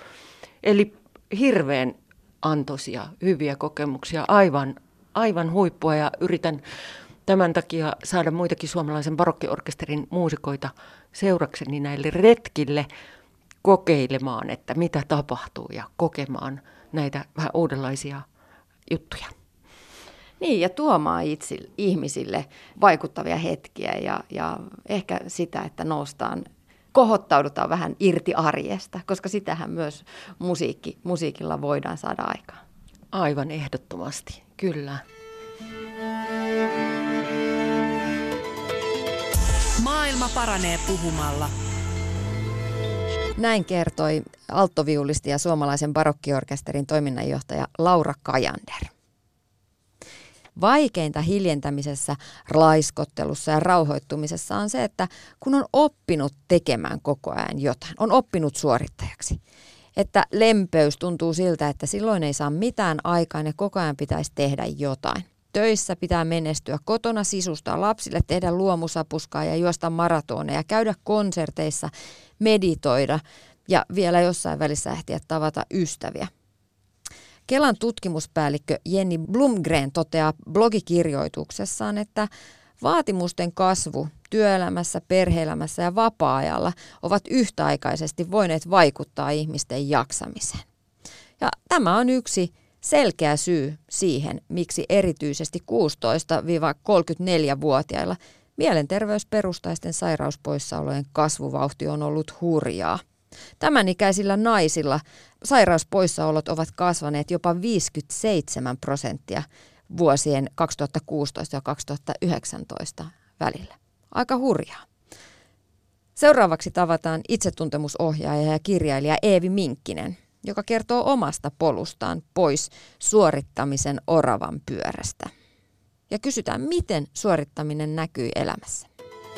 Eli hirveän antoisia, hyviä kokemuksia, aivan, aivan huippua ja yritän tämän takia saada muitakin suomalaisen barokkiorkesterin muusikoita seurakseni näille retkille kokeilemaan, että mitä tapahtuu ja kokemaan näitä vähän uudenlaisia juttuja. Niin, ja tuomaan itse, ihmisille vaikuttavia hetkiä ja, ja ehkä sitä, että noustaan, kohottaudutaan vähän irti arjesta, koska sitähän myös musiikki, musiikilla voidaan saada aikaan. Aivan ehdottomasti, kyllä. Maailma paranee puhumalla. Näin kertoi alttoviulisti ja suomalaisen barokkiorkesterin toiminnanjohtaja Laura Kajander. Vaikeinta hiljentämisessä, laiskottelussa ja rauhoittumisessa on se, että kun on oppinut tekemään koko ajan jotain, on oppinut suorittajaksi. Että lempeys tuntuu siltä, että silloin ei saa mitään aikaan ja koko ajan pitäisi tehdä jotain. Töissä pitää menestyä, kotona sisustaa, lapsille tehdä luomusapuskaa ja juosta maratoneja, käydä konserteissa, meditoida ja vielä jossain välissä ehtiä tavata ystäviä. Kelan tutkimuspäällikkö Jenni Blomgren toteaa blogikirjoituksessaan, että vaatimusten kasvu työelämässä, perhe-elämässä ja vapaa-ajalla ovat yhtäaikaisesti voineet vaikuttaa ihmisten jaksamiseen. Ja tämä on yksi selkeä syy siihen, miksi erityisesti kuusitoista–kolmekymmentäneljä-vuotiailla mielenterveysperustaisten sairauspoissaolojen kasvuvauhti on ollut hurjaa. Tämän ikäisillä naisilla sairauspoissaolot ovat kasvaneet jopa viisikymmentäseitsemän prosenttia vuosien kaksituhattakuusitoista ja kaksituhattayhdeksäntoista välillä. Aika hurjaa. Seuraavaksi tavataan itsetuntemusohjaaja ja kirjailija Eevi Minkkinen, joka kertoo omasta polustaan pois suorittamisen oravan pyörästä. Ja kysytään, miten suorittaminen näkyy elämässä.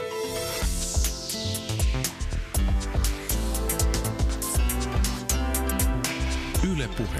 Yle Puhe.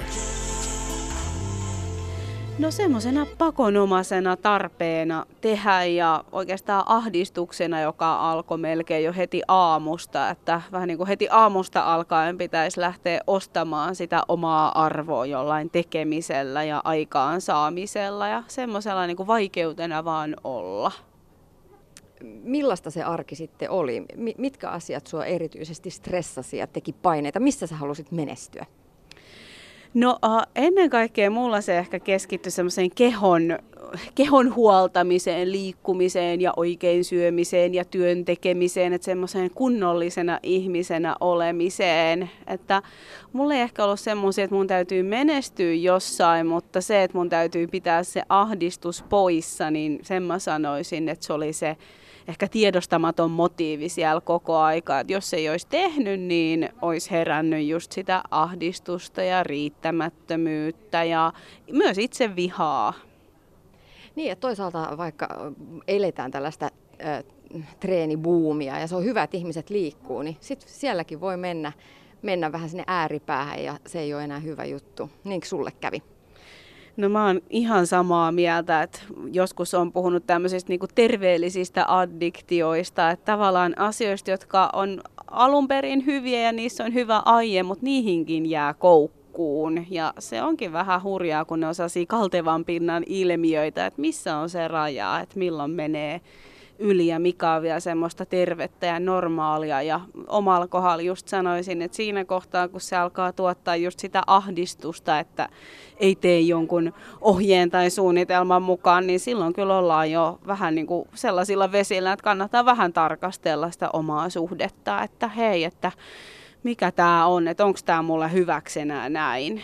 No semmoisena pakonomaisena tarpeena tehdä ja oikeastaan ahdistuksena, joka alkoi melkein jo heti aamusta, että vähän niin kuin heti aamusta alkaen pitäisi lähteä ostamaan sitä omaa arvoa jollain tekemisellä ja aikaansaamisella ja semmoisella niin kuin vaikeutena vaan olla. Millaista se arki sitten oli? Mitkä asiat sua erityisesti stressasi ja teki paineita? Missä sä halusit menestyä? No uh, ennen kaikkea mulla se ehkä keskittyi semmoiseen kehon, kehon huoltamiseen, liikkumiseen ja oikein syömiseen ja työn tekemiseen, että semmoiseen kunnollisena ihmisenä olemiseen. Että mulla ei ehkä ollut semmoisia, että mun täytyy menestyä jossain, mutta se, että mun täytyy pitää se ahdistus poissa, niin sen mä sanoisin, että se oli se ehkä tiedostamaton motiivi siellä koko aika. Että jos ei olisi tehnyt, niin olisi herännyt just sitä ahdistusta ja riittämättömyyttä ja myös itse vihaa. Niin, että toisaalta vaikka eletään tällaista äh, treenibuumia ja se on hyvä, että ihmiset liikkuu, niin sitten sielläkin voi mennä, mennä vähän sinne ääripäähän ja se ei ole enää hyvä juttu. Niinkö sulle kävi? No mä oon ihan samaa mieltä, että joskus on puhunut tämmöisistä niinku terveellisistä addiktioista, että tavallaan asioista, jotka on alun perin hyviä ja niissä on hyvä aie, mutta niihinkin jää koukkuun. Ja se onkin vähän hurjaa, kun ne on sellaisia kaltevan pinnan ilmiöitä, että missä on se raja, että milloin menee yli ja mikä on vielä semmoista tervettä ja normaalia. Ja omalla kohdalla just sanoisin, että siinä kohtaa, kun se alkaa tuottaa just sitä ahdistusta, että ei tee jonkun ohjeen tai suunnitelman mukaan, niin silloin kyllä ollaan jo vähän niin kuin sellaisilla vesillä, että kannattaa vähän tarkastella sitä omaa suhdetta, että hei, että mikä tämä on, että onko tämä mulle hyväksi enää näin.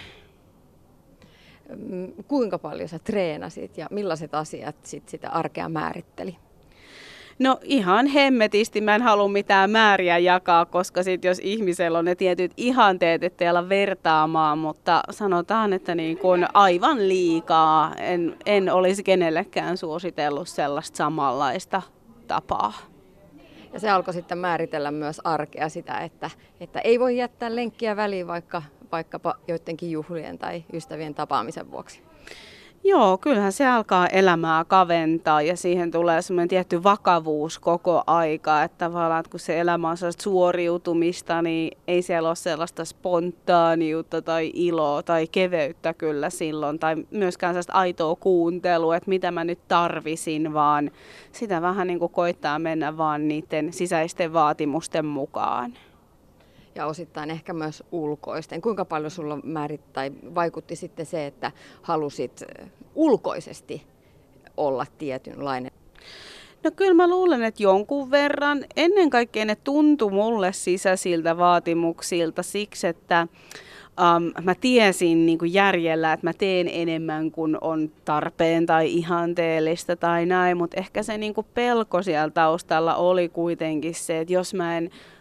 Kuinka paljon sä treenasit ja millaiset asiat sit sitä arkea määritteli? No ihan hemmetisti. Mä en halua mitään määriä jakaa, koska sit jos ihmisellä on ne tietyt ihanteet, ettei ala vertaamaan, mutta sanotaan, että niin kun aivan liikaa en, en olisi kenellekään suositellut sellaista samanlaista tapaa. Ja se alkoi sitten määritellä myös arkea sitä, että, että ei voi jättää lenkkiä väliin vaikka, vaikkapa joidenkin juhlien tai ystävien tapaamisen vuoksi. Joo, kyllähän se alkaa elämää kaventaa ja siihen tulee semmoinen tietty vakavuus koko aika, että tavallaan että kun se elämä on sellaista suoriutumista, niin ei siellä ole sellaista spontaaniutta tai iloa tai keveyttä kyllä silloin, tai myöskään sellaista aitoa kuuntelua, että mitä mä nyt tarvisin, vaan sitä vähän niin kuin koittaa mennä vaan niiden sisäisten vaatimusten mukaan. Ja osittain ehkä myös ulkoisten. Kuinka paljon sulla määrit, tai vaikutti sitten se, että halusit ulkoisesti olla tietynlainen? No kyllä mä luulen, että jonkun verran. Ennen kaikkea ne tuntui mulle sisäisiltä vaatimuksilta siksi, että um, mä tiesin niin kuin järjellä, että mä teen enemmän kuin on tarpeen tai ihanteellista tai näin, mutta ehkä se niin kuin pelko siellä taustalla oli kuitenkin se, että jos mä en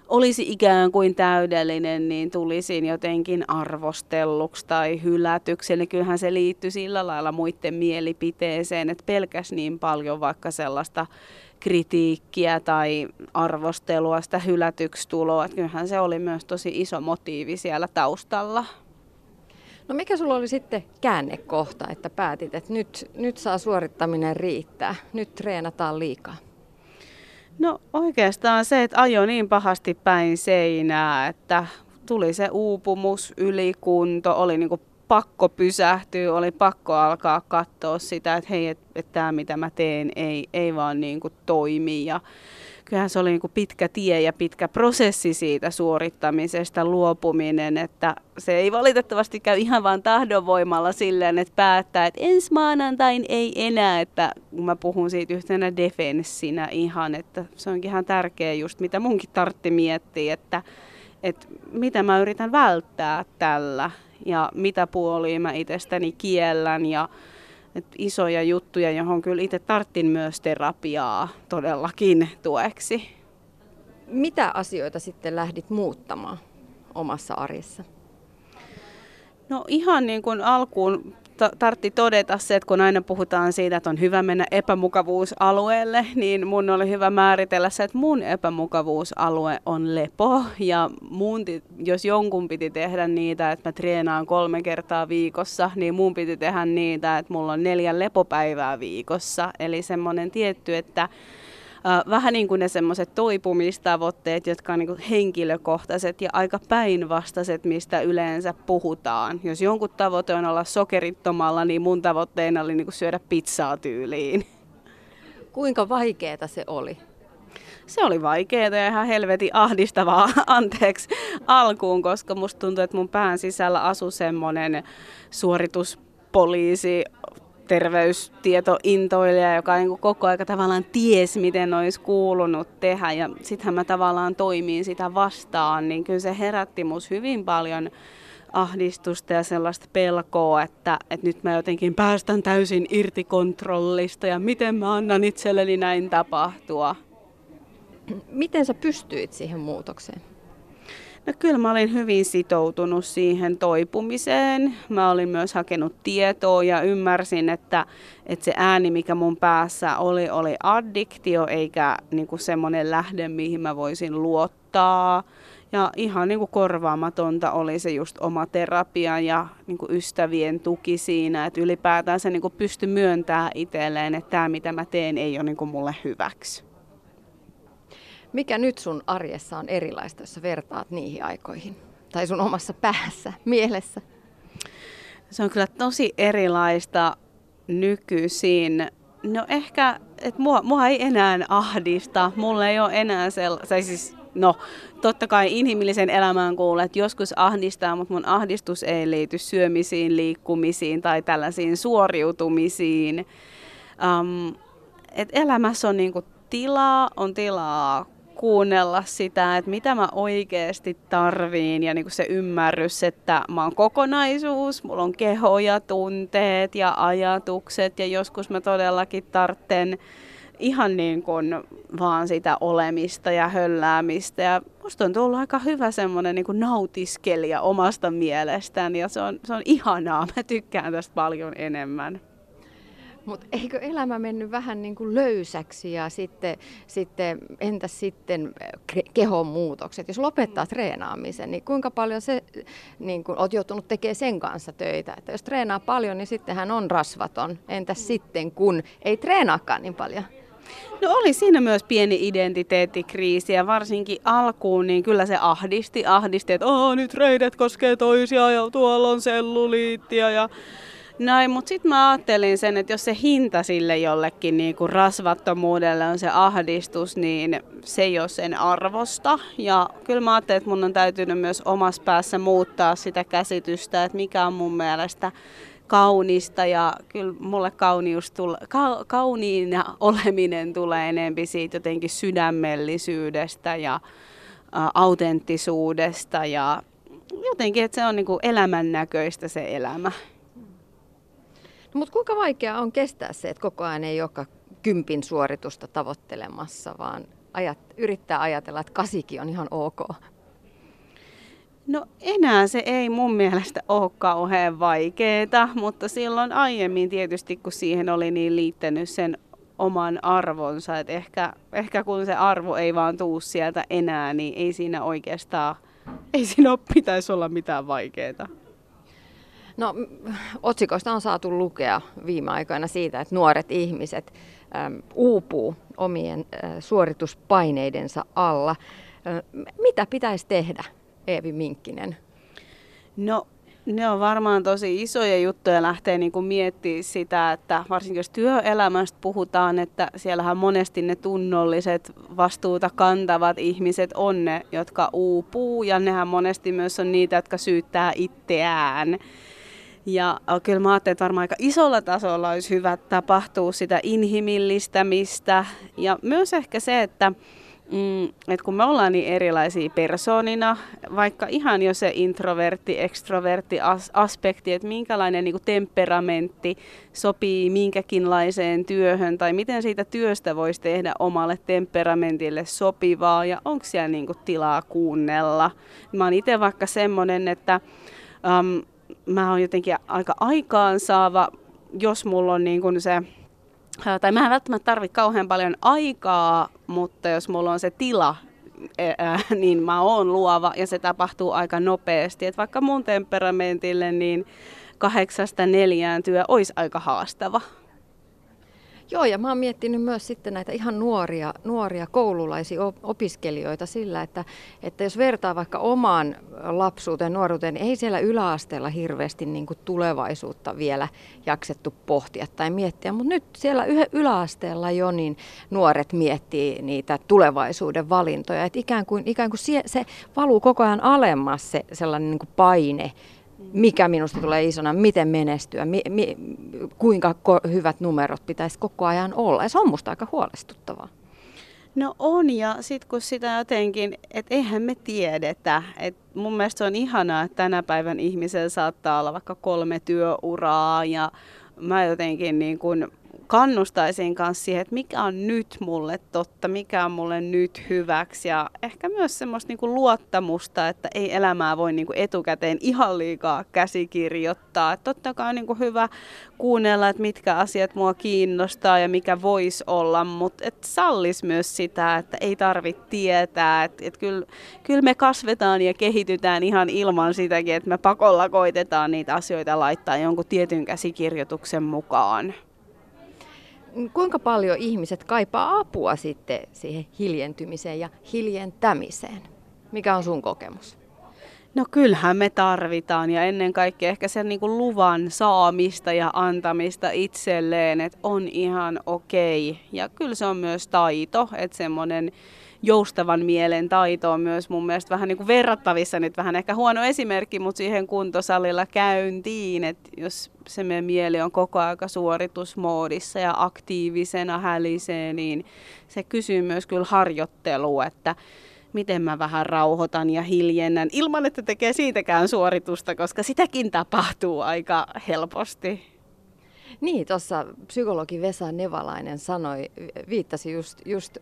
olisi ikään kuin täydellinen, niin tulisin jotenkin arvostelluksi tai hylätyksi. Eli kyllähän se liittyi sillä lailla muiden mielipiteeseen, että pelkäs niin paljon vaikka sellaista kritiikkiä tai arvostelua, sitä hylätyksi tuloa. Että kyllähän se oli myös tosi iso motiivi siellä taustalla. No mikä sulla oli sitten käännekohta, että päätit, että nyt, nyt saa suorittaminen riittää, nyt treenataan liikaa? No oikeastaan se, että ajo niin pahasti päin seinää, että tuli se uupumus, ylikunto, oli niinku pakko pysähtyä, oli pakko alkaa katsoa sitä, että hei, että et tämä mitä mä teen ei, ei vaan niinku toimi. Ja kyllähän se oli niinku pitkä tie ja pitkä prosessi siitä suorittamisesta, luopuminen, että se ei valitettavasti käy ihan vaan tahdonvoimalla silleen, että päättää, että ensi maanantain ei enää, että kun mä puhun siitä yhtenä defenssinä ihan, että se onkin ihan tärkeä just, mitä munkin tartti miettiä, että, että mitä mä yritän välttää tällä ja mitä puolia mä itsestäni kiellän ja että isoja juttuja, johon kyllä itse tarttin myös terapiaa todellakin tueksi. Mitä asioita sitten lähdit muuttamaan omassa arjessa? No ihan niin kuin alkuun tartti todeta se, että kun aina puhutaan siitä, että on hyvä mennä epämukavuusalueelle, niin mun oli hyvä määritellä se, että mun epämukavuusalue on lepo. Ja mun, jos jonkun piti tehdä niitä, että mä treenaan kolme kertaa viikossa, niin mun piti tehdä niitä, että mulla on neljä lepopäivää viikossa. Eli semmoinen tietty, että Uh, vähän niin kuin ne semmoiset toipumistavoitteet, jotka on niin kuin henkilökohtaiset ja aika päinvastaiset, mistä yleensä puhutaan. Jos jonkun tavoite on olla sokerittomalla, niin mun tavoitteena oli niin kuin syödä pizzaa tyyliin. Kuinka vaikeaa se oli? Se oli vaikeaa ja ihan helvetin ahdistavaa, anteeksi, alkuun, koska musta tuntuu, että mun pään sisällä asui semmoinen suorituspoliisi, terveystietointoilija, joka niin koko aika tavallaan ties, miten olisi kuulunut tehdä. Ja sittenhän mä tavallaan toimiin sitä vastaan, niin kyllä se herätti mus hyvin paljon ahdistusta ja sellaista pelkoa, että, että nyt mä jotenkin päästän täysin irti kontrollista ja miten mä annan itselleni näin tapahtua. Miten sä pystyit siihen muutokseen? No kyllä mä olin hyvin sitoutunut siihen toipumiseen. Mä olin myös hakenut tietoa ja ymmärsin, että, että se ääni, mikä mun päässä oli, oli addiktio eikä niin kuin semmoinen lähde, mihin mä voisin luottaa. Ja ihan niin kuin korvaamatonta oli se just oma terapia ja niin kuin ystävien tuki siinä, että ylipäätään se niin kuin pystyi myöntämään itselleen, että tämä mitä mä teen ei ole niin kuin mulle hyväksi. Mikä nyt sun arjessa on erilaista, jos sä vertaat niihin aikoihin? Tai sun omassa päässä, mielessä? Se on kyllä tosi erilaista nykyisin. No ehkä, että mua, mua ei enää ahdista. Mulla ei ole enää sellaista, siis no totta kai inhimillisen elämään kuuluu, että joskus ahdistaa, mutta mun ahdistus ei liity syömisiin, liikkumisiin tai tällaisiin suoriutumisiin. Um, et elämässä on niinku tilaa, on tilaa kuunnella sitä, että mitä mä oikeasti tarviin ja niin kuin se ymmärrys, että mä oon kokonaisuus, mulla on keho ja tunteet ja ajatukset ja joskus mä todellakin tarvitsen ihan niin kuin vaan sitä olemista ja hölläämistä ja musta on tullut aika hyvä semmoinen niin kuin nautiskelija omasta mielestään ja se on, se on ihanaa, mä tykkään tästä paljon enemmän. Mutta eikö elämä mennyt vähän niin kuin löysäksi ja sitten, sitten entäs sitten kehon muutokset? Jos lopettaa treenaamisen, niin kuinka paljon se, niin kuin, olet joutunut tekemään sen kanssa töitä? Että jos treenaa paljon, niin sittenhän on rasvaton. Entäs sitten, kun ei treenaakaan niin paljon? No oli siinä myös pieni identiteettikriisi ja varsinkin alkuun, niin kyllä se ahdisti, ahdisti, että oh, nyt reidet koskee toisia ja tuolla on selluliittia ja näin, mutta sitten mä ajattelin sen, että jos se hinta sille jollekin niin kuin rasvattomuudelle on se ahdistus, niin se ei ole sen arvosta. Ja kyllä mä ajattelin, että mun on täytynyt myös omassa päässä muuttaa sitä käsitystä, että mikä on mun mielestä kaunista. Ja kyllä mulle kaunius tule, ka, kauniina oleminen tulee enemmän siitä jotenkin sydämellisyydestä ja ä, autenttisuudesta ja jotenkin, että se on niin kuin elämän näköistä se elämä. No, mutta kuinka vaikeaa on kestää se, että koko ajan ei joka kympin suoritusta tavoittelemassa, vaan ajat, yrittää ajatella, että kasikin on ihan ok? No enää se ei mun mielestä ole kauhean vaikeeta, mutta silloin aiemmin tietysti, kun siihen oli niin liittänyt sen oman arvonsa, että ehkä, ehkä kun se arvo ei vaan tuu sieltä enää, niin ei siinä oikeastaan, ei siinä ole, pitäisi olla mitään vaikeaa. No otsikoista on saatu lukea viime aikoina siitä, että nuoret ihmiset äm, uupuu omien äh, suorituspaineiden alla. Äh, mitä pitäisi tehdä, Eevi Minkkinen? No ne on varmaan tosi isoja juttuja lähteä niin kuin miettimään sitä, että varsinkin jos työelämästä puhutaan, että siellähän monesti ne tunnolliset vastuuta kantavat ihmiset on ne, jotka uupuu ja nehän monesti myös on niitä, jotka syyttää itseään. Ja kyllä mä ajattelen, että varmaan aika isolla tasolla olisi hyvä tapahtua sitä inhimillistämistä ja myös ehkä se, että Mm, että kun me ollaan niin erilaisia persoonina, vaikka ihan jo se introvertti, extrovertti as- aspekti, että minkälainen niin kuin temperamentti sopii minkäkinlaiseen työhön tai miten siitä työstä voisi tehdä omalle temperamentille sopivaa ja onko siellä niin kuin tilaa kuunnella. Mä oon itse vaikka semmoinen, että um, mä oon jotenkin aika aikaansaava, jos mulla on niin kuin se tai mä en välttämättä tarvitse kauhean paljon aikaa, mutta jos mulla on se tila, ää, niin mä oon luova ja se tapahtuu aika nopeasti. Et vaikka mun temperamentille niin kahdeksasta neljään työ olisi aika haastava. Joo, ja mä oon miettinyt myös sitten näitä ihan nuoria, nuoria koululaisia opiskelijoita sillä, että, että jos vertaa vaikka omaan lapsuuteen, nuoruuteen, niin ei siellä yläasteella hirveästi niin kuin tulevaisuutta vielä jaksettu pohtia tai miettiä, mutta nyt siellä yläasteella jo niin nuoret miettii niitä tulevaisuuden valintoja, että ikään kuin, ikään kuin se, se valuu koko ajan alemmas se sellainen niin kuin paine, mikä minusta tulee isona, miten menestyä, mi, mi, kuinka ko- hyvät numerot pitäisi koko ajan olla. Ja se on musta aika huolestuttavaa. No on, ja sitten kun sitä jotenkin, että eihän me tiedetä. Et mun mielestä se on ihanaa, että tänä päivän ihmisellä saattaa olla vaikka kolme työuraa, ja mä jotenkin niin kun kannustaisin kanssa siihen, että mikä on nyt mulle totta, mikä on mulle nyt hyväksi ja ehkä myös semmoista niinku luottamusta, että ei elämää voi niinku etukäteen ihan liikaa käsikirjoittaa. Et totta kai on niinku hyvä kuunnella, että mitkä asiat mua kiinnostaa ja mikä voisi olla, mutta et sallis myös sitä, että ei tarvitse tietää. Että et kyllä, kyllä me kasvetaan ja kehitytään ihan ilman sitäkin, että me pakolla koitetaan niitä asioita laittaa jonkun tietyn käsikirjoituksen mukaan. Kuinka paljon ihmiset kaipaa apua sitten siihen hiljentymiseen ja hiljentämiseen? Mikä on sun kokemus? No kyllähän me tarvitaan ja ennen kaikkea ehkä sen niin kuin luvan saamista ja antamista itselleen, että on ihan okei. Ja kyllä se on myös taito, että semmoinen joustavan mielen taito on myös mun mielestä vähän niin kuin verrattavissa, nyt vähän ehkä huono esimerkki, mutta siihen kuntosalilla käyntiin, että jos se meidän mieli on koko aika suoritusmoodissa ja aktiivisena hälisee, niin se kysyy myös kyllä harjoittelua, että miten mä vähän rauhoitan ja hiljennän ilman, että tekee siitäkään suoritusta, koska sitäkin tapahtuu aika helposti. Niin, tuossa psykologi Vesa Nevalainen sanoi, viittasi just, just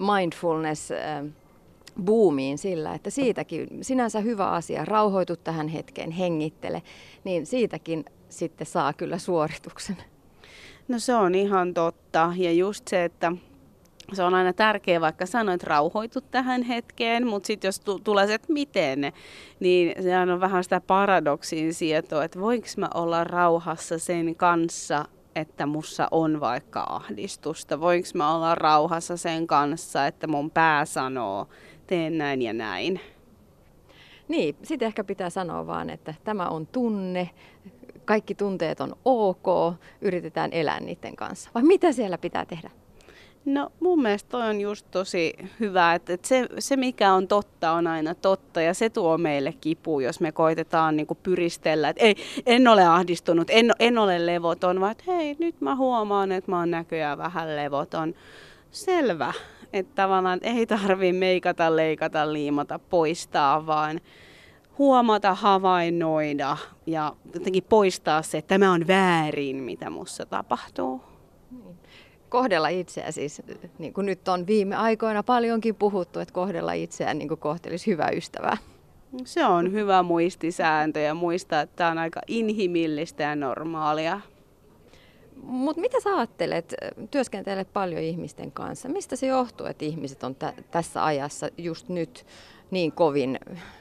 mindfulness-boomiin sillä, että siitäkin sinänsä hyvä asia, rauhoitu tähän hetkeen, hengittele, niin siitäkin sitten saa kyllä suorituksen. No se on ihan totta ja just se, että se on aina tärkeää, vaikka sanoit, että rauhoitu tähän hetkeen, mutta sitten jos t- tulee se, että miten, niin sehän on vähän sitä paradoksin sietoa, että voinko mä olla rauhassa sen kanssa, että mussa on vaikka ahdistusta. Voinko mä olla rauhassa sen kanssa, että mun pää sanoo, teen näin ja näin. Niin, sitten ehkä pitää sanoa vaan, että tämä on tunne, kaikki tunteet on ok, yritetään elää niiden kanssa. Vai mitä siellä pitää tehdä? No mun mielestä toi on just tosi hyvä, että, että se, se mikä on totta on aina totta ja se tuo meille kipua, jos me koitetaan niin kuin pyristellä, että ei, en ole ahdistunut, en, en ole levoton, vaan että hei nyt mä huomaan, että mä oon näköjään vähän levoton. Selvä, että tavallaan ei tarvitse meikata, leikata, liimata, poistaa, vaan huomata, havainnoida ja jotenkin poistaa se, että tämä on väärin, mitä mussa tapahtuu. kohdella itseä siis, niin kuin nyt on viime aikoina paljonkin puhuttu, että kohdella itseään niin kuin kohtelisi hyvää ystävää. Se on hyvä muistisääntö ja muistaa, että tämä on aika inhimillistä ja normaalia. Mutta mitä sä ajattelet, työskentelet paljon ihmisten kanssa, mistä se johtuu, että ihmiset on tä- tässä ajassa just nyt niin kovin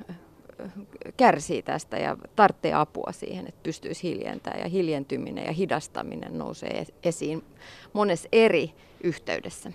kärsii tästä ja tarvitsee apua siihen, että pystyisi hiljentämään ja hiljentyminen ja hidastaminen nousee esiin monessa eri yhteydessä?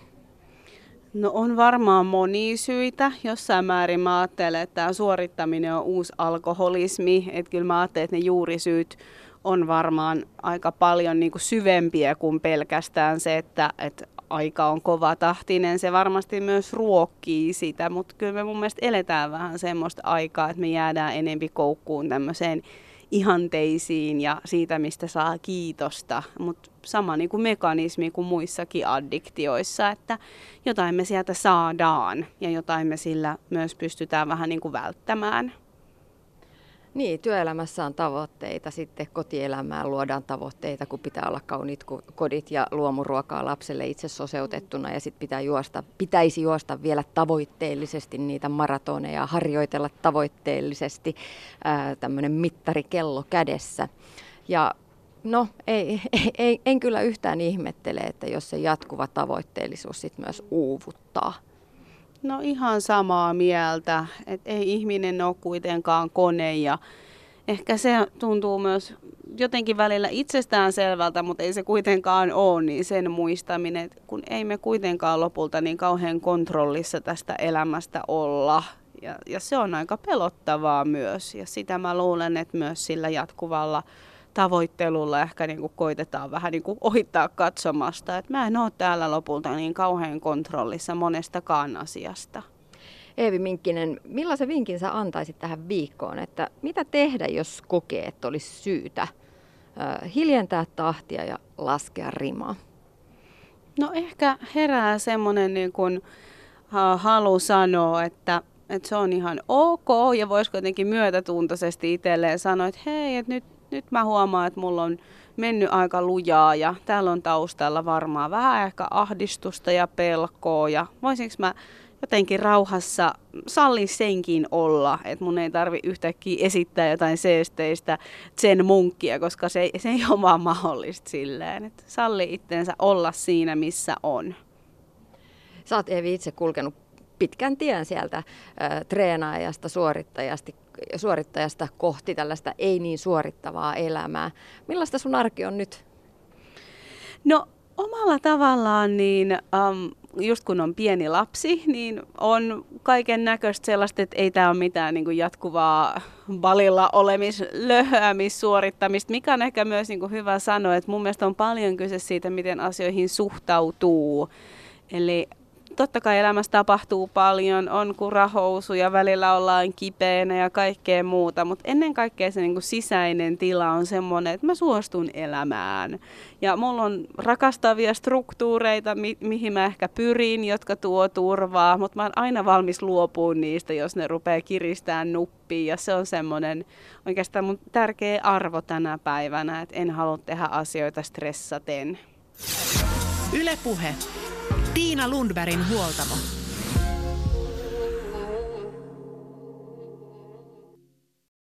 No on varmaan monia syitä. Jossain määrin mä ajattelen, että tämä suorittaminen on uusi alkoholismi. Että kyllä mä ajattelen, että ne juurisyyt on varmaan aika paljon niin kuin syvempiä kuin pelkästään se, että, että aika on kova tahtinen. Se varmasti myös ruokkii sitä, mutta kyllä me mun mielestä eletään vähän semmoista aikaa, että me jäädään enempi koukkuun tämmöiseen ihanteisiin ja siitä, mistä saa kiitosta, mutta sama niin kuin mekanismi kuin muissakin addiktioissa, että jotain me sieltä saadaan ja jotain me sillä myös pystytään vähän niin kuin välttämään. Niin, työelämässä on tavoitteita, sitten kotielämään luodaan tavoitteita, kun pitää olla kauniit kodit ja luomuruokaa lapselle itse soseutettuna ja sitten pitää juosta, pitäisi juosta vielä tavoitteellisesti niitä maratoneja, harjoitella tavoitteellisesti, tämmöinen mittarikello kädessä. Ja no, ei, ei, en kyllä yhtään ihmettele, että jos se jatkuva tavoitteellisuus sitten myös uuvuttaa. No ihan samaa mieltä, että ei ihminen ole kuitenkaan kone ja ehkä se tuntuu myös jotenkin välillä itsestään selvältä, mutta ei se kuitenkaan ole, niin sen muistaminen, että kun ei me kuitenkaan lopulta niin kauhean kontrollissa tästä elämästä olla. Ja, ja se on aika pelottavaa myös ja sitä mä luulen, että myös sillä jatkuvalla tavoittelulla ehkä niin kuin koitetaan vähän niin kuin ohittaa katsomasta, että mä en ole täällä lopulta niin kauhean kontrollissa monestakaan asiasta. Eevi Minkkinen, millaisen vinkin sä antaisit tähän viikkoon, että mitä tehdä, jos kokee, että olisi syytä äh, hiljentää tahtia ja laskea rimaa? No ehkä herää semmoinen niin kuin uh, halu sanoa, että että se on ihan ok ja voisiko jotenkin myötätuntoisesti itselleen sanoa, että hei, että nyt Nyt mä huomaan, että mulla on mennyt aika lujaa ja täällä on taustalla varmaan vähän ehkä ahdistusta ja pelkoa. Ja voisinko mä jotenkin rauhassa salli senkin olla, että mun ei tarvi yhtäkkiä esittää jotain seesteistä sen munkkia, koska se, se ei ole vaan mahdollista silleen. Että salli itsensä olla siinä, missä on. Sä oot Eevi itse kulkenut pitkän tien sieltä ä, treenaajasta, suorittajasta, suorittajasta kohti tällaista ei niin suorittavaa elämää. Millaista sun arki on nyt? No omalla tavallaan niin, um, just kun on pieni lapsi, niin on kaiken näköistä sellaista, että ei tämä ole mitään niin kuin jatkuvaa valilla olemis, löhöämis, suorittamista, mikä on ehkä myös niin kuin hyvä sanoa, että mun mielestä on paljon kyse siitä, miten asioihin suhtautuu. Eli totta kai elämässä tapahtuu paljon, on kurahousuja, välillä ollaan kipeänä ja kaikkea muuta, mutta ennen kaikkea se niin kuin sisäinen tila on semmoinen, että mä suostun elämään. Ja mulla on rakastavia struktuureita, mi- mihin mä ehkä pyrin, jotka tuo turvaa, mutta mä oon aina valmis luopumaan niistä, jos ne rupeaa kiristämään nuppia. Ja se on semmoinen oikeastaan mun tärkeä arvo tänä päivänä, että en halua tehdä asioita stressaten. Yle Puhe. Tiina Lundbergin huoltamo.